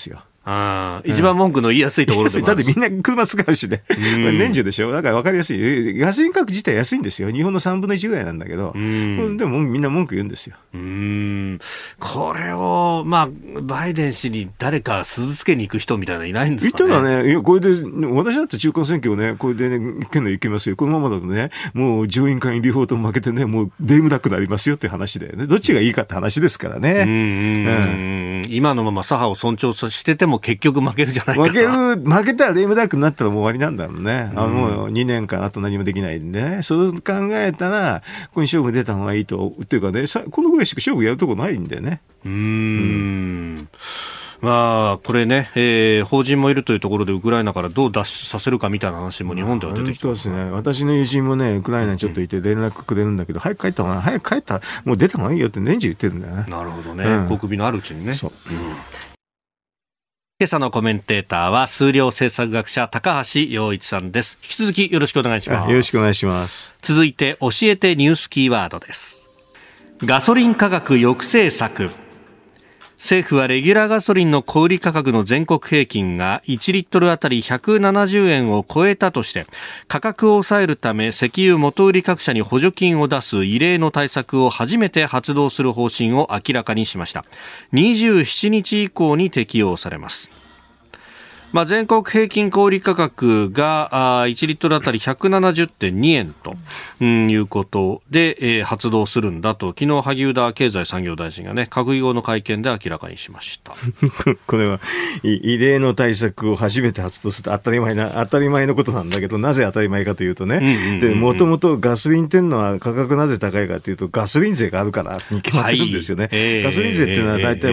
一番文句の言いやすいところでもある。 だってみんな車使うしね。年中でしょ。だから分かりやすい。ガソリン価格自体安いんですよ。日本の3分の1ぐらいなんだけど。でもみんな文句言うんですよ。 これを、バイデン氏に誰か鈴つけに行く人みたいなのいないんですかね。 言ったらね、いや、これで、私だって中間選挙をね、これでね、県内行けますよ。このままだとね、もう上院間リフォート負けてね、もうデームダックになりますよっていう話だよね。どっちがいいかって話ですからね。 今のまま左派を尊重してても結局負けるじゃないかと。 負けたらデームダックになったらもう終わりなんだもんね。もう2年間あと何もできないんでね。そう考えたら、ここに勝負出た方がいいと。っていうかね、このぐらいしか勝負やるとこないんだよね。 これね、法人もいるというところでウクライナからどう脱出させるかみたいな話も日本では出てきてますね。 私の友人もね、ウクライナにちょっといて連絡くれるんだけど、早く帰った方がいい、早く帰ったらもう出た方がいいよって年中言ってるんだよね。 なるほどね。国首のあるうちにね。今朝のコメンテーターは数量政策学者高橋洋一さんです。引き続きよろしくお願いします。 よろしくお願いします。 続いて教えてニュースキーワードです。ガソリン価格抑制策。政府はレギュラーガソリンの小売価格の全国平均が1リットルあたり170円を超えたとして価格を抑えるため石油元売り各社に補助金を出す異例の対策を初めて発動する方針を明らかにしました。27日以降に適用されます。全国平均小売価格が1リットルあたり 170.2 円ということで、発動するんだと昨日萩生田経済産業大臣がね閣議後の会見で明らかにしました。 これは異例の対策を初めて発動すると当たり前のことなんだけど、なぜ当たり前かというとね、もともとガソリンっていうのは価格なぜ高いかというとガソリン税があるからに決まってるんですよね。ガソリン税っていうのは大体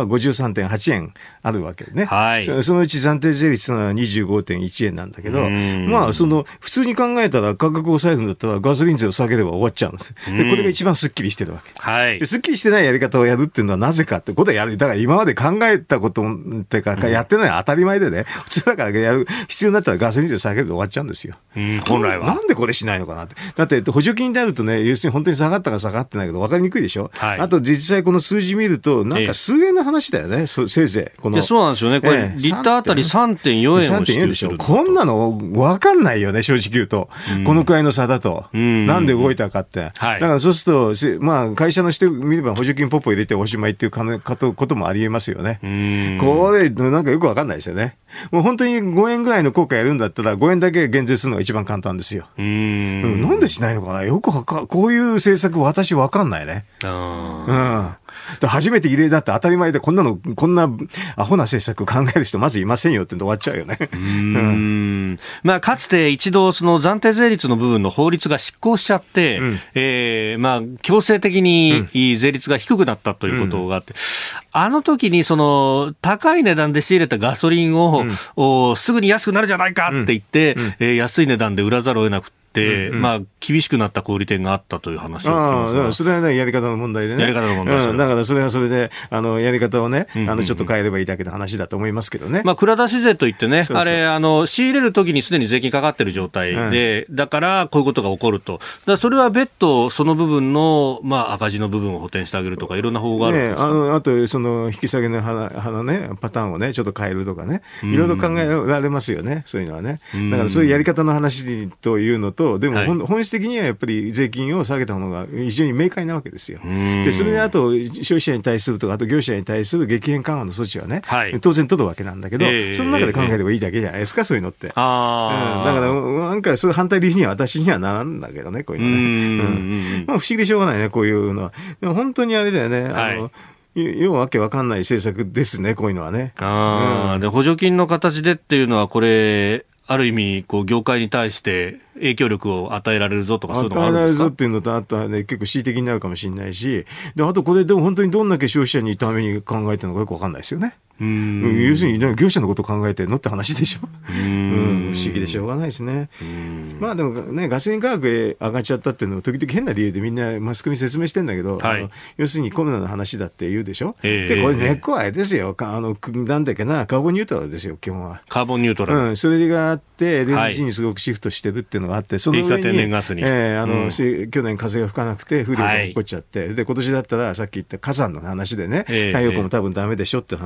53.8 円あるわけでね。そのうち暫定税率は 25.1 円なんだけど、普通に考えたら価格を抑えるんだったらガソリン税を下げれば終わっちゃうんです。でこれが一番スッキリしてるわけ。でスッキリしてないやり方をやるっていうのはなぜかってことはだから今まで考えたことっていうか、やってない当たり前でね、普通だからやる必要になったらガソリン税を下げるで終わっちゃうんですよ。 本来は。 なんでこれしないのかなって。だって補助金であるとね、要するに本当に下がったか下がってないけど分かりにくいでしょ。あと実際この数字見るとなんか数円の話だよね。せいぜいそうなんですよね。これリッターあたり 3.4 円を支給する。 こんなの分かんないよね、正直言うと。このくらいの差だと。なんで動いたかって。だからそうすると、会社のしてみれば補助金ポッポ入れておしまいっていうこともありえますよね。これ、なんかよく分かんないですよね。もう本当に5円ぐらいの効果やるんだったら5円だけ減税するのが一番簡単ですよ。なんでしないのかな、こういう政策私分かんないね。初めて異例だって当たり前でこんなアホな政策考える人まずいませんよって終わっちゃうよね。 かつて一度その暫定税率の部分の法律が失効しちゃって、強制的に税率が低くなったということがあって、あの時にその高い値段で仕入れたガソリンを、すぐに安くなるじゃないかって言って、安い値段で売らざるを得なくて、厳しくなった小売店があったという話を聞きます。 それはね、やり方の問題でね。 やり方の問題、 だからそれはそれで、やり方をね、ちょっと変えればいいだけの話だと思いますけどね。 蔵出し税といってね、あれ、仕入れるときにすでに税金かかってる状態で、だからこういうことが起こると。それは別途、その部分の、赤字の部分を補填してあげるとか、いろんな方法があるんですか。 あと、その、引き下げのね、パターンをね、ちょっと変えるとかね、いろいろ考えられますよね、そういうのはね。だからそういうやり方の話というのと、でも本質的にはやっぱり税金を下げたものが非常に明快なわけですよ。で、それであと消費者に対するとか、あと業者に対する激変緩和の措置はね、当然取るわけなんだけど、その中で考えればいいだけじゃないですか、そういうのって。だからなんかそういう反対理由には私にはならんだけどね、こういうのね。不思議でしょうがないね、こういうのは。でも本当にあれだよね。要はわけわかんない政策ですね、こういうのはね。 で補助金の形でっていうのはこれある意味業界に対して影響力を与えられるぞとかそういうのがあるんですか。与えられるぞっていうのと、あとはね、結構恣意的になるかもしれないし、であとこれでも本当にどんだけ消費者にために考えてるのかよくわかんないですよね。要するに、業者のことを考えてるのって話でしょ。不思議でしょうがないですね。でもね、ガソリン価格上がっちゃったっていうのは時々変な理由でみんなマスコミ説明してんだけど、要するにコロナの話だって言うでしょ。で、これ根っこはあれですよ。なんだっけな、カーボンニュートラルですよ、基本は。 カーボンニュートラル。 それがあって、LNG にすごくシフトしてるっていうのがあって、その上に、 天然ガスに去年風が吹かなくて、風量が起こっちゃって、で、今年だったらさっき言った火山の話でね、太陽光も多分ダメでしょって話が出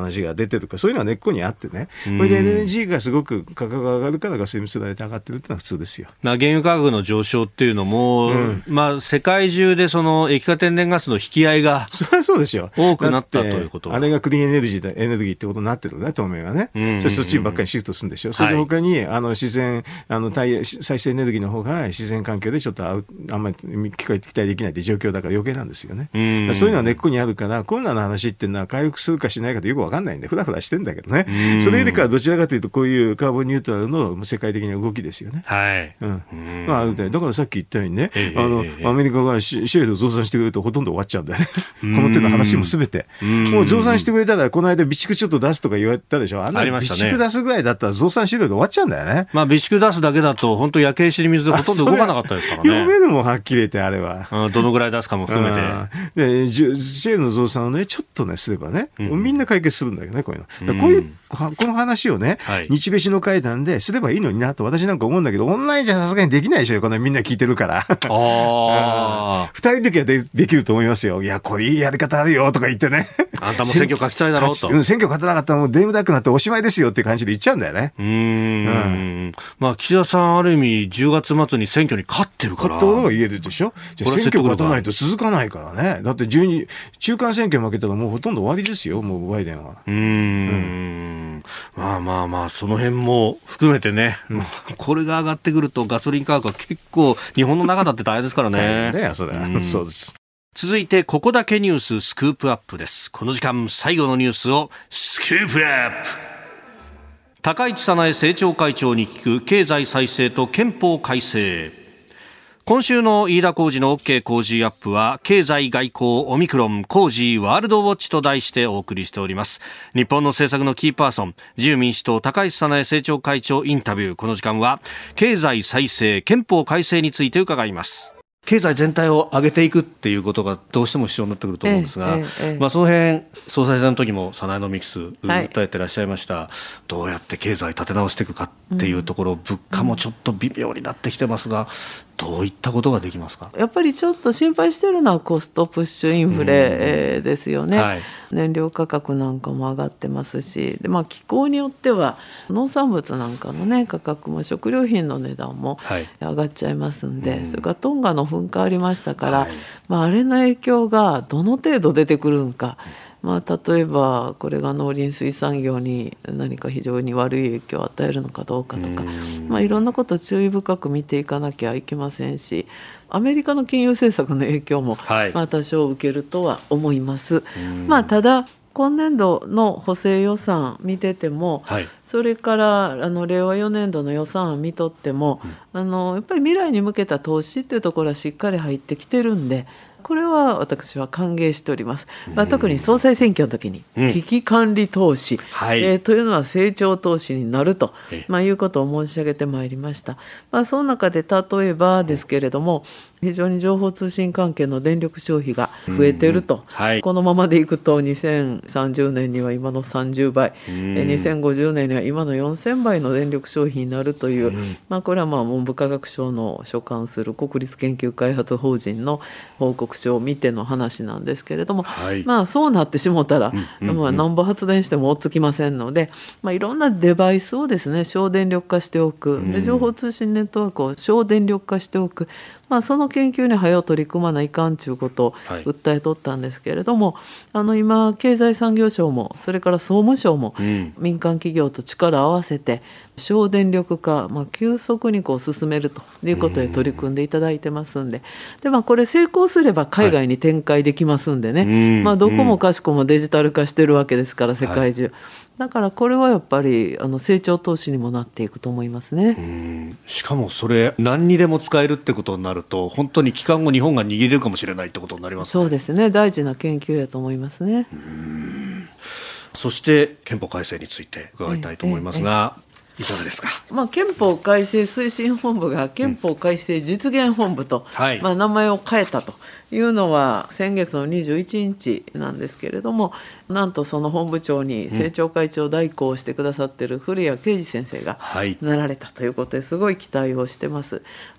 出てるか、そういうのは根っこにあってね、これで LNG がすごく価格が上がるからガソリンスライド上がってるっていうのは普通ですよ。 原油価格の上昇っていうのも、世界中でその液化天然ガスの引き合いがそれはそうですよ。 多くなったということは、 あれがクリーンエネルギーってことになってるね、当面はね。そっちにばっかりシフトするんでしょ。それで他に自然再生エネルギーの方が自然環境でちょっとあんまり期待できないって状況だから余計なんですよね。そういうのは根っこにあるから、コロナの話っていうのは回復するかしないかってよくわかんないんで、ふらふらしてんだけどね。それよりかはどちらかというと、こういうカーボンニュートラルの世界的な動きですよね。 はい。 だからさっき言ったようにね、アメリカがシェールを増産してくれるとほとんど終わっちゃうんだよね。この手の話もすべて。もう増産してくれたら、この間備蓄ちょっと出すとか言われたでしょ。あんな備蓄出すぐらいだったら増産資料で終わっちゃうんだよね。 備蓄出すだけだと、本当焼け石に水でほとんど動かなかったですからね。 読めるもんはっきり言って、あれは。 どのぐらい出すかも含めて。 で、シェールの増産をね、ちょっとね、すればね、みんな解決するんだけどね、こういうの。この話をね、日米首脳会談ですればいいのになと私なんか思うんだけど、オンラインじゃさすがにできないでしょ、このみんな聞いてるから。二人の時はできると思いますよ。いや、これいいやり方あるよとか言ってね。 あんたも選挙勝ちたいだろうと。 選挙勝てなかったらもうデームダックになっておしまいですよっていう感じで言っちゃうんだよね。 岸田さんある意味10月末に選挙に勝ってるから。 勝ったことが言えるでしょ。じゃあ選挙勝たないと続かないからね。だって中間選挙負けたらもうほとんど終わりですよ、もうバイデンは。 その辺も含めてね、これが上がってくるとガソリン価格は結構日本の中だって大変ですからね。 そうです。 続いてここだけニューススクープアップです。この時間最後のニュースをスクープアップ。高市早苗政調会長に聞く経済再生と憲法改正。今週の飯田浩司の OK 工事アップは経済外交オミクロン工事ワールドウォッチと題してお送りしております。日本の政策のキーパーソン自由民主党高市早苗政調会長インタビュー。この時間は経済再生憲法改正について伺います。経済全体を上げていくっていうことがどうしても必要になってくると思うんですが、その辺総裁選の時もサナエノミクス訴えてらっしゃいました、どうやって経済立て直していくかっていうところ、物価もちょっと微妙になってきてますが、どういったことができますか。 やっぱりちょっと心配しているのはコストプッシュインフレですよね、燃料価格なんかも上がってますし、で、気候によっては農産物なんかの、価格も食料品の値段も上がっちゃいますんで、それからトンガの噴火ありましたから、あれの影響がどの程度出てくるんか、例えばこれが農林水産業に何か非常に悪い影響を与えるのかどうかとか、いろんなことを注意深く見ていかなきゃいけませんし、アメリカの金融政策の影響も多少受けるとは思います。ただ今年度の補正予算見てても、それから令和4年度の予算案見とっても、やっぱり未来に向けた投資っていうところはしっかり入ってきてるんで、これは私は歓迎しております。特に総裁選挙の時に危機管理投資、というのは成長投資になると、いうことを申し上げてまいりました。その中で例えばですけれども、非常に情報通信関係の電力消費が増えていると、このままでいくと2030年には今の30倍、2050年には今の4000倍の電力消費になるという、これは文部科学省の所管する国立研究開発法人の報告書を見ての話なんですけれども、そうなってしもたら、なんぼ発電しても追っつきませんので、いろんなデバイスをですね省電力化しておく、で情報通信ネットワークを省電力化しておく、その研究に早う取り組まないかんということを訴えとったんですけれども、今経済産業省もそれから総務省も民間企業と力を合わせて省電力化、急速に進めるということで取り組んでいただいてますんで、これ成功すれば海外に展開できますんでね、どこもかしこもデジタル化してるわけですから世界中、だからこれはやっぱり成長投資にもなっていくと思いますね。 しかもそれ何にでも使えるってことになると、本当に期間後日本が握れるかもしれないってことになりますね。 そうですね、大事な研究やと思いますね。 そして憲法改正について伺いたいと思いますが、いかがですか。 憲法改正推進本部が憲法改正実現本部と、名前を変えたというのは先月の21日なんですけれども、なんとその本部長に政調会長代行をしてくださっている古谷啓二先生がなられたということですごい期待をしてます。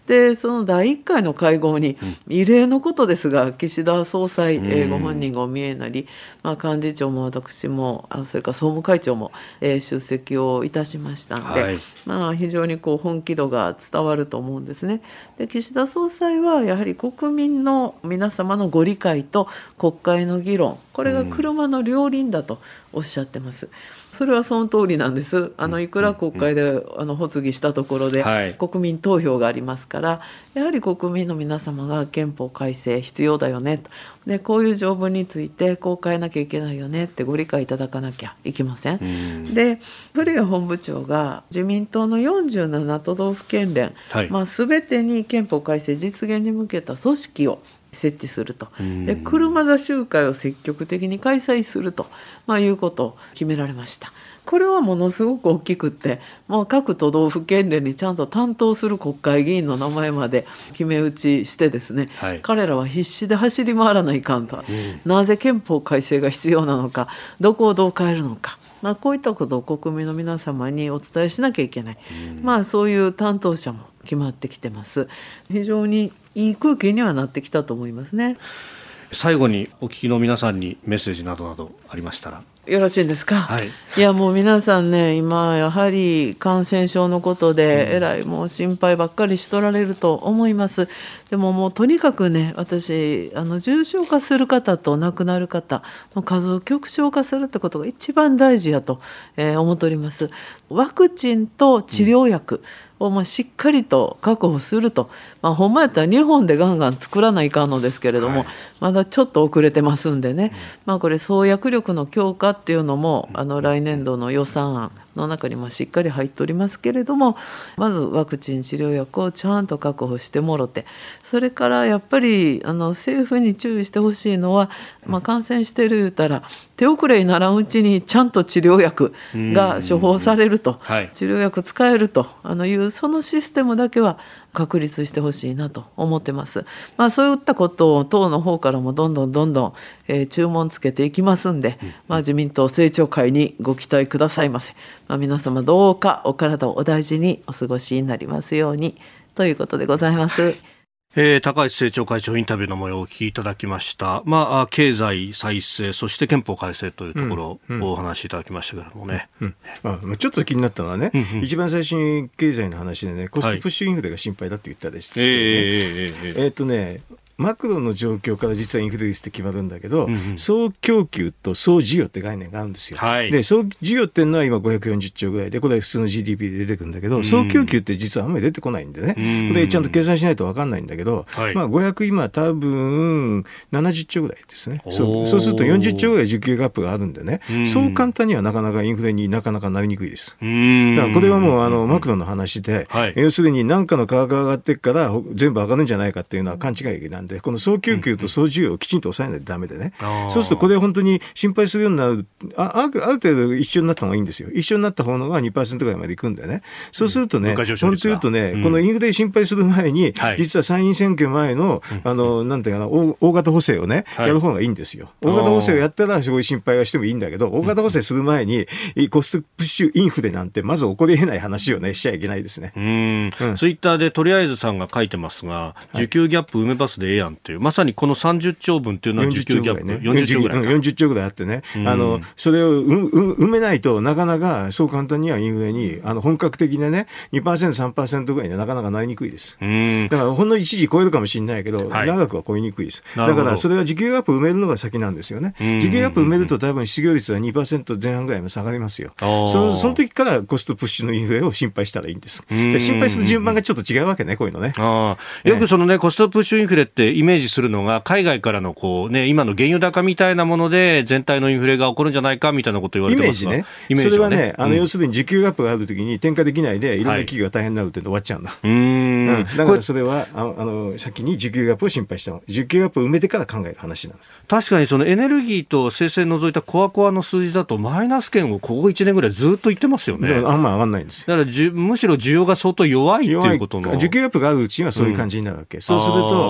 でその第1回の会合に異例のことですが、岸田総裁、ご本人がお見えになり、幹事長も私もそれから総務会長も、出席をいたしましたので、非常に本気度が伝わると思うんですね。で岸田総裁はやはり国民の皆様のご理解と国会の議論、これが車の両輪だとおっしゃってます。それはその通りなんです。いくら国会で発議したところで、国民投票がありますから、やはり国民の皆様が憲法改正必要だよねと、でこういう条文についてこう変えなきゃいけないよねってご理解いただかなきゃいけません。で古谷本部長が自民党の47都道府県連、全てに憲法改正実現に向けた組織を設置すると、で車座集会を積極的に開催すると、いうことを決められました。これはものすごく大きくって、もう各都道府県連にちゃんと担当する国会議員の名前まで決め打ちしてですね、彼らは必死で走り回らないかんと、なぜ憲法改正が必要なのか、どこをどう変えるのか、こういったことを国民の皆様にお伝えしなきゃいけない、そういう担当者も決まってきてます。非常にいい空気にはなってきたと思いますね。 最後にお聞きの皆さんにメッセージなどなどありましたら。 よろしいですか。いやもう皆さんね、今やはり感染症のことでえらいもう心配ばっかりしとられると思います。でももうとにかくね、私重症化する方と亡くなる方の数を極小化するってことが一番大事やと、思っております。ワクチンと治療薬をしっかりと確保すると、ほんまやったら日本でガンガン作らないかんのですけれども、まだちょっと遅れてますんでね、これ創薬力の強化っていうのも来年度の予算案の中にもしっかり入っておりますけれども、まずワクチン治療薬をちゃんと確保してもろて、それからやっぱり政府に注意してほしいのは、感染してる言うたら手遅れにならんうちにちゃんと治療薬が処方されると、治療薬使えるというそのシステムだけは確立してほしいなと思ってます。そういったことを党の方からもどんどん、注文つけていきますんで、自民党政調会にご期待くださいませ。皆様どうかお体をお大事にお過ごしになりますようにということでございます。 高市政調会長インタビューの模様をお聞きいただきました。経済再生、そして憲法改正というところをお話しいただきましたけれどもね。 ちょっと気になったのはね、一番最初に経済の話でね、コストプッシュインフレが心配だって言ったでしたね。マクロの状況から実はインフレ率って決まるんだけど、総供給と総需要って概念があるんですよ。で、総需要っていうのは今540兆ぐらいで、これは普通の GDP で出てくるんだけど、総供給って実はあんまり出てこないんでね、これちゃんと計算しないと分かんないんだけど、500今多分70兆ぐらいですね。そうすると40兆ぐらい需給ガップがあるんでね、そう簡単にはなかなかインフレになかなかなりにくいです。だからこれはもうマクロの話で、要するに何かの価格が上がっていくから全部上がるんじゃないかっていうのは勘違いなんで、この総供給と総需要をきちんと抑えないとダメでね。そうするとこれ本当に心配するようになる、ある程度一緒になった方がいいんですよ。一緒になった方のが 2% ぐらいまでいくんでね。そうするとね、本当言うとね、このインフレ心配する前に、実は参院選挙前の、なんていうかな、大型補正をね、やる方がいいんですよ。大型補正をやったらすごい心配はしてもいいんだけど、大型補正する前にコストプッシュインフレなんてまず起こり得ない話をね、しちゃいけないですね。ツイッターでとりあえずさんが書いてますが、需給ギャップ埋めバスでええやんっていう、まさにこの30兆分っていうのは需給ギャップ40兆ぐらい、40兆ぐらいあってね、それを埋めないとなかなかそう簡単にはインフレに本格的なね 2%、3% ぐらいにはなかなかなりにくいです。だからほんの一時超えるかもしれないけど、長くは超えにくいです。だからそれは需給ギャップ埋めるのが先なんですよね。需給ギャップ埋めると多分失業率は 2% 前半ぐらいまで下がりますよ。その時からコストプッシュのインフレを心配したらいいんです。心配する順番がちょっと違うわけね、こういうのね。 よくそのね、コストプッシュインフレってイメージするのが海外からのこうね、今の原油高みたいなもので全体のインフレが起こるんじゃないかみたいなことを言われてますが、イメージね。それはね、 要するに需給ギャップがあるときに転嫁できないでいろんな企業が大変になるって終わっちゃうんだ。だからそれは先に需給ギャップを心配したの。需給ギャップを埋めてから考える話なんです。 確かにそのエネルギーと生鮮除いたコアコアの数字だとマイナス圏をここ1年ぐらいずっと言ってますよね。 あんま上がんないんですよ。 だからむしろ需要が相当弱いっていうことの。 需給ギャップがあるうちにはそういう感じになるわけ。そうすると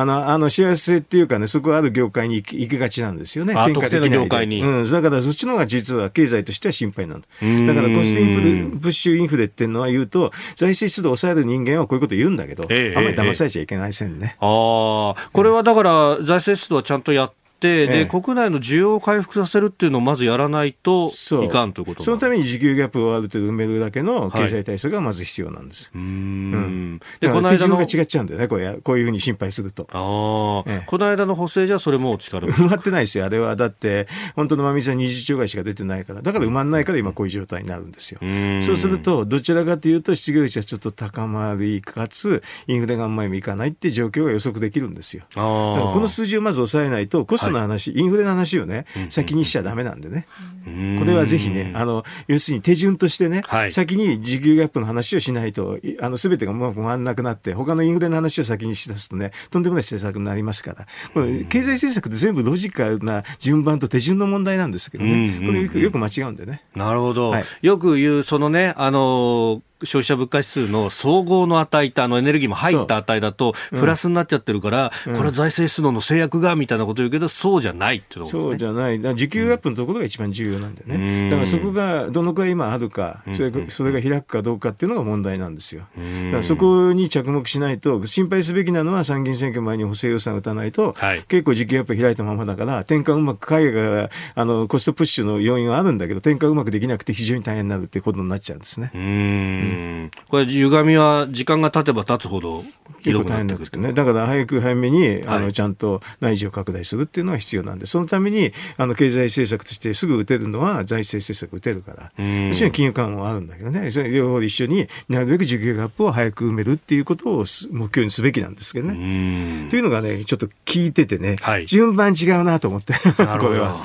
幸せっていうかね、そこある業界に行きがちなんですよね。 特定の業界に。 だからそっちの方が実は経済としては心配なんだ。だからコストインフレ、プッシュインフレっていうのは言うと、財政出動を抑える人間はこういうこと言うんだけど、あんまり騙されちゃいけない線ね。 これはだから財政出動はちゃんとやってで国内の需要を回復させるっていうのをまずやらないといかんということ。 そのために需給ギャップをある程度埋めるだけの経済対策がまず必要なんです。でこの間の手順が違っちゃうんだよね、こういうふうに心配すると。 この間の補正じゃそれも力埋まってないですよ。あれはだって本当の真水は20兆ぐらいしか出てないから、だから埋まんないから今こういう状態になるんですよ。そうするとどちらかというと失業率はちょっと高まりかつインフレがあんまりいかないっていう状況が予測できるんですよ。だからこの数字をまず抑えないとコストの話、インフレの話をね、先にしちゃダメなんでね。これはぜひね、要するに手順としてね、先に需給ギャップの話をしないと、全てがうまく回らなくなって、他のインフレの話を先にしだすとね、とんでもない政策になりますから、これ経済政策って全部ロジカルな順番と手順の問題なんですけどね、これよく間違うんでね。 なるほど。よく言う、そのね、消費者物価指数の総合の値ってエネルギーも入った値だとプラスになっちゃってるから、これは財政出動の制約がみたいなこと言うけど、そうじゃないってことですね。 そうじゃない。需給アップのところが一番重要なんだよね。だからそこがどのくらい今あるか、それが開くかどうかっていうのが問題なんですよ。だからそこに着目しないと、心配すべきなのは参議院選挙前に補正予算を打たないと、結構需給アップ開いたままだから、転換うまく海外がコストプッシュの要因はあるんだけど、転換うまくできなくて非常に大変になるっていうことになっちゃうんですね。 これ歪みは時間が経てば経つほど結構大変なんですけどね。だから早めにちゃんと内需を拡大するっていうのが必要なんで、そのために経済政策としてすぐ打てるのは財政政策打てるから、もちろん金融緩和はあるんだけどね、それ両方一緒になるべく需給ギャップを早く埋めるっていうことを目標にすべきなんですけどね。というのがね、ちょっと聞いててね、順番違うなと思ってこれは。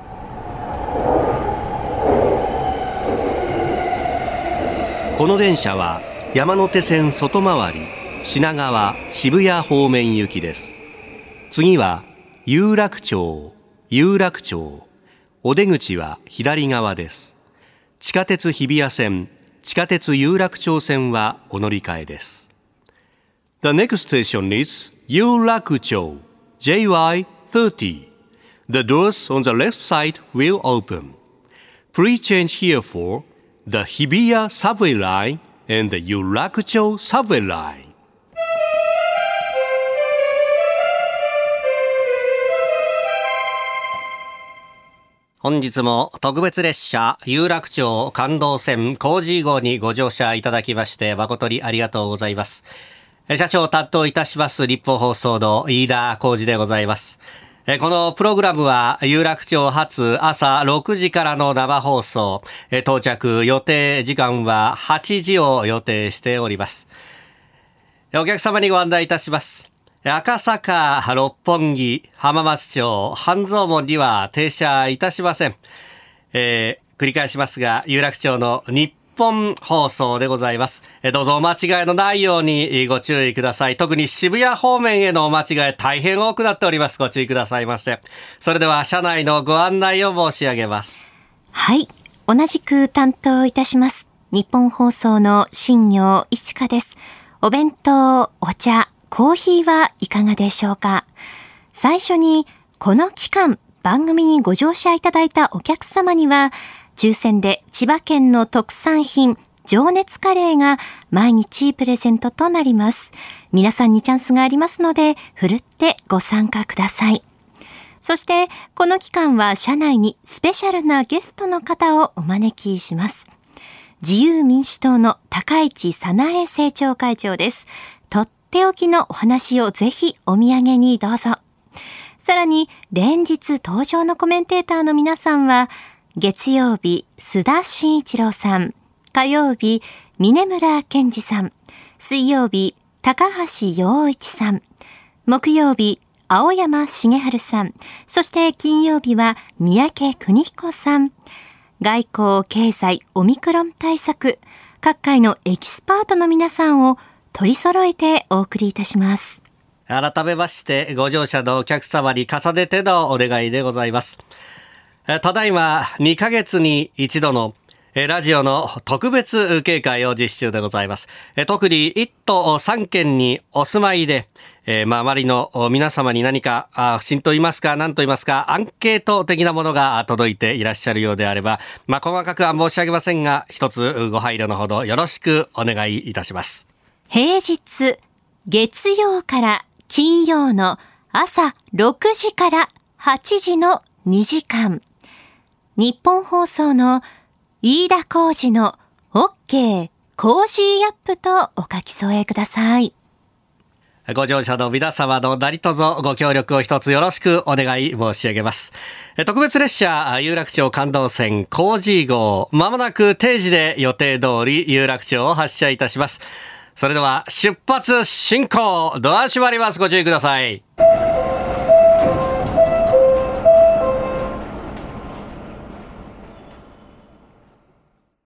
この電車は山手線外回り品川渋谷方面行きです。次は有楽町お出口は左側です。地下鉄日比谷線地下鉄有楽町線はお乗り換えです。 The next station is 有楽町 JY30. The doors on the left side will open. Please change here for the Hibiya subway line and the Yurakucho subway line. 本日も特別列車有楽町感動線工事号にご乗車いただきまして誠にありがとうございます。車掌を担当いたします日本放送の飯田浩司でございます。このプログラムは有楽町発朝6時からの生放送、到着予定時間は8時を予定しております。お客様にご案内いたします。赤坂、六本木、浜松町、半蔵門には停車いたしません。繰り返しますが、有楽町の日本放送でございます。どうぞお間違いのないようにご注意ください。特に渋谷方面へのお間違い大変多くなっております。ご注意くださいませ。それでは車内のご案内を申し上げます。 はい、同じく担当いたします日本放送の新業一華です。お弁当、お茶、コーヒーはいかがでしょうか。最初にこの期間番組にご乗車いただいたお客様には抽選で千葉県の特産品情熱カレーが毎日プレゼントとなります。皆さんにチャンスがありますのでふるってご参加ください。そしてこの期間は車内にスペシャルなゲストの方をお招きします。自由民主党の高市早苗政調会長です。とっておきのお話をぜひお土産にどうぞ。さらに連日登場のコメンテーターの皆さんは月曜日、須田慎一郎さん。火曜日、峯村健二さん。水曜日、高橋洋一さん。木曜日、青山茂春さん。そして金曜日は三宅邦彦さん。外交、経済、オミクロン対策。各界のエキスパートの皆さんを取り揃えてお送りいたします。 改めましてご乗車のお客様に重ねてのお願いでございます。ただいま2ヶ月に一度のラジオの特別警戒を実施中でございます。特に1都3県にお住まいで周りの皆様に何か不審と言いますか何と言いますかアンケート的なものが届いていらっしゃるようであれば、細かくは申し上げませんが、一つご配慮のほどよろしくお願いいたします。 平日月曜から金曜の朝6時から8時の2時間、日本放送の飯田浩司の OK コージーアップとお書き添えください。 ご乗車の皆様の何卒ご協力を一つよろしくお願い申し上げます。特別列車有楽町観道線コージー号、まもなく定時で予定通り有楽町を発車いたします。それでは出発進行、ドア閉まります。ご注意ください。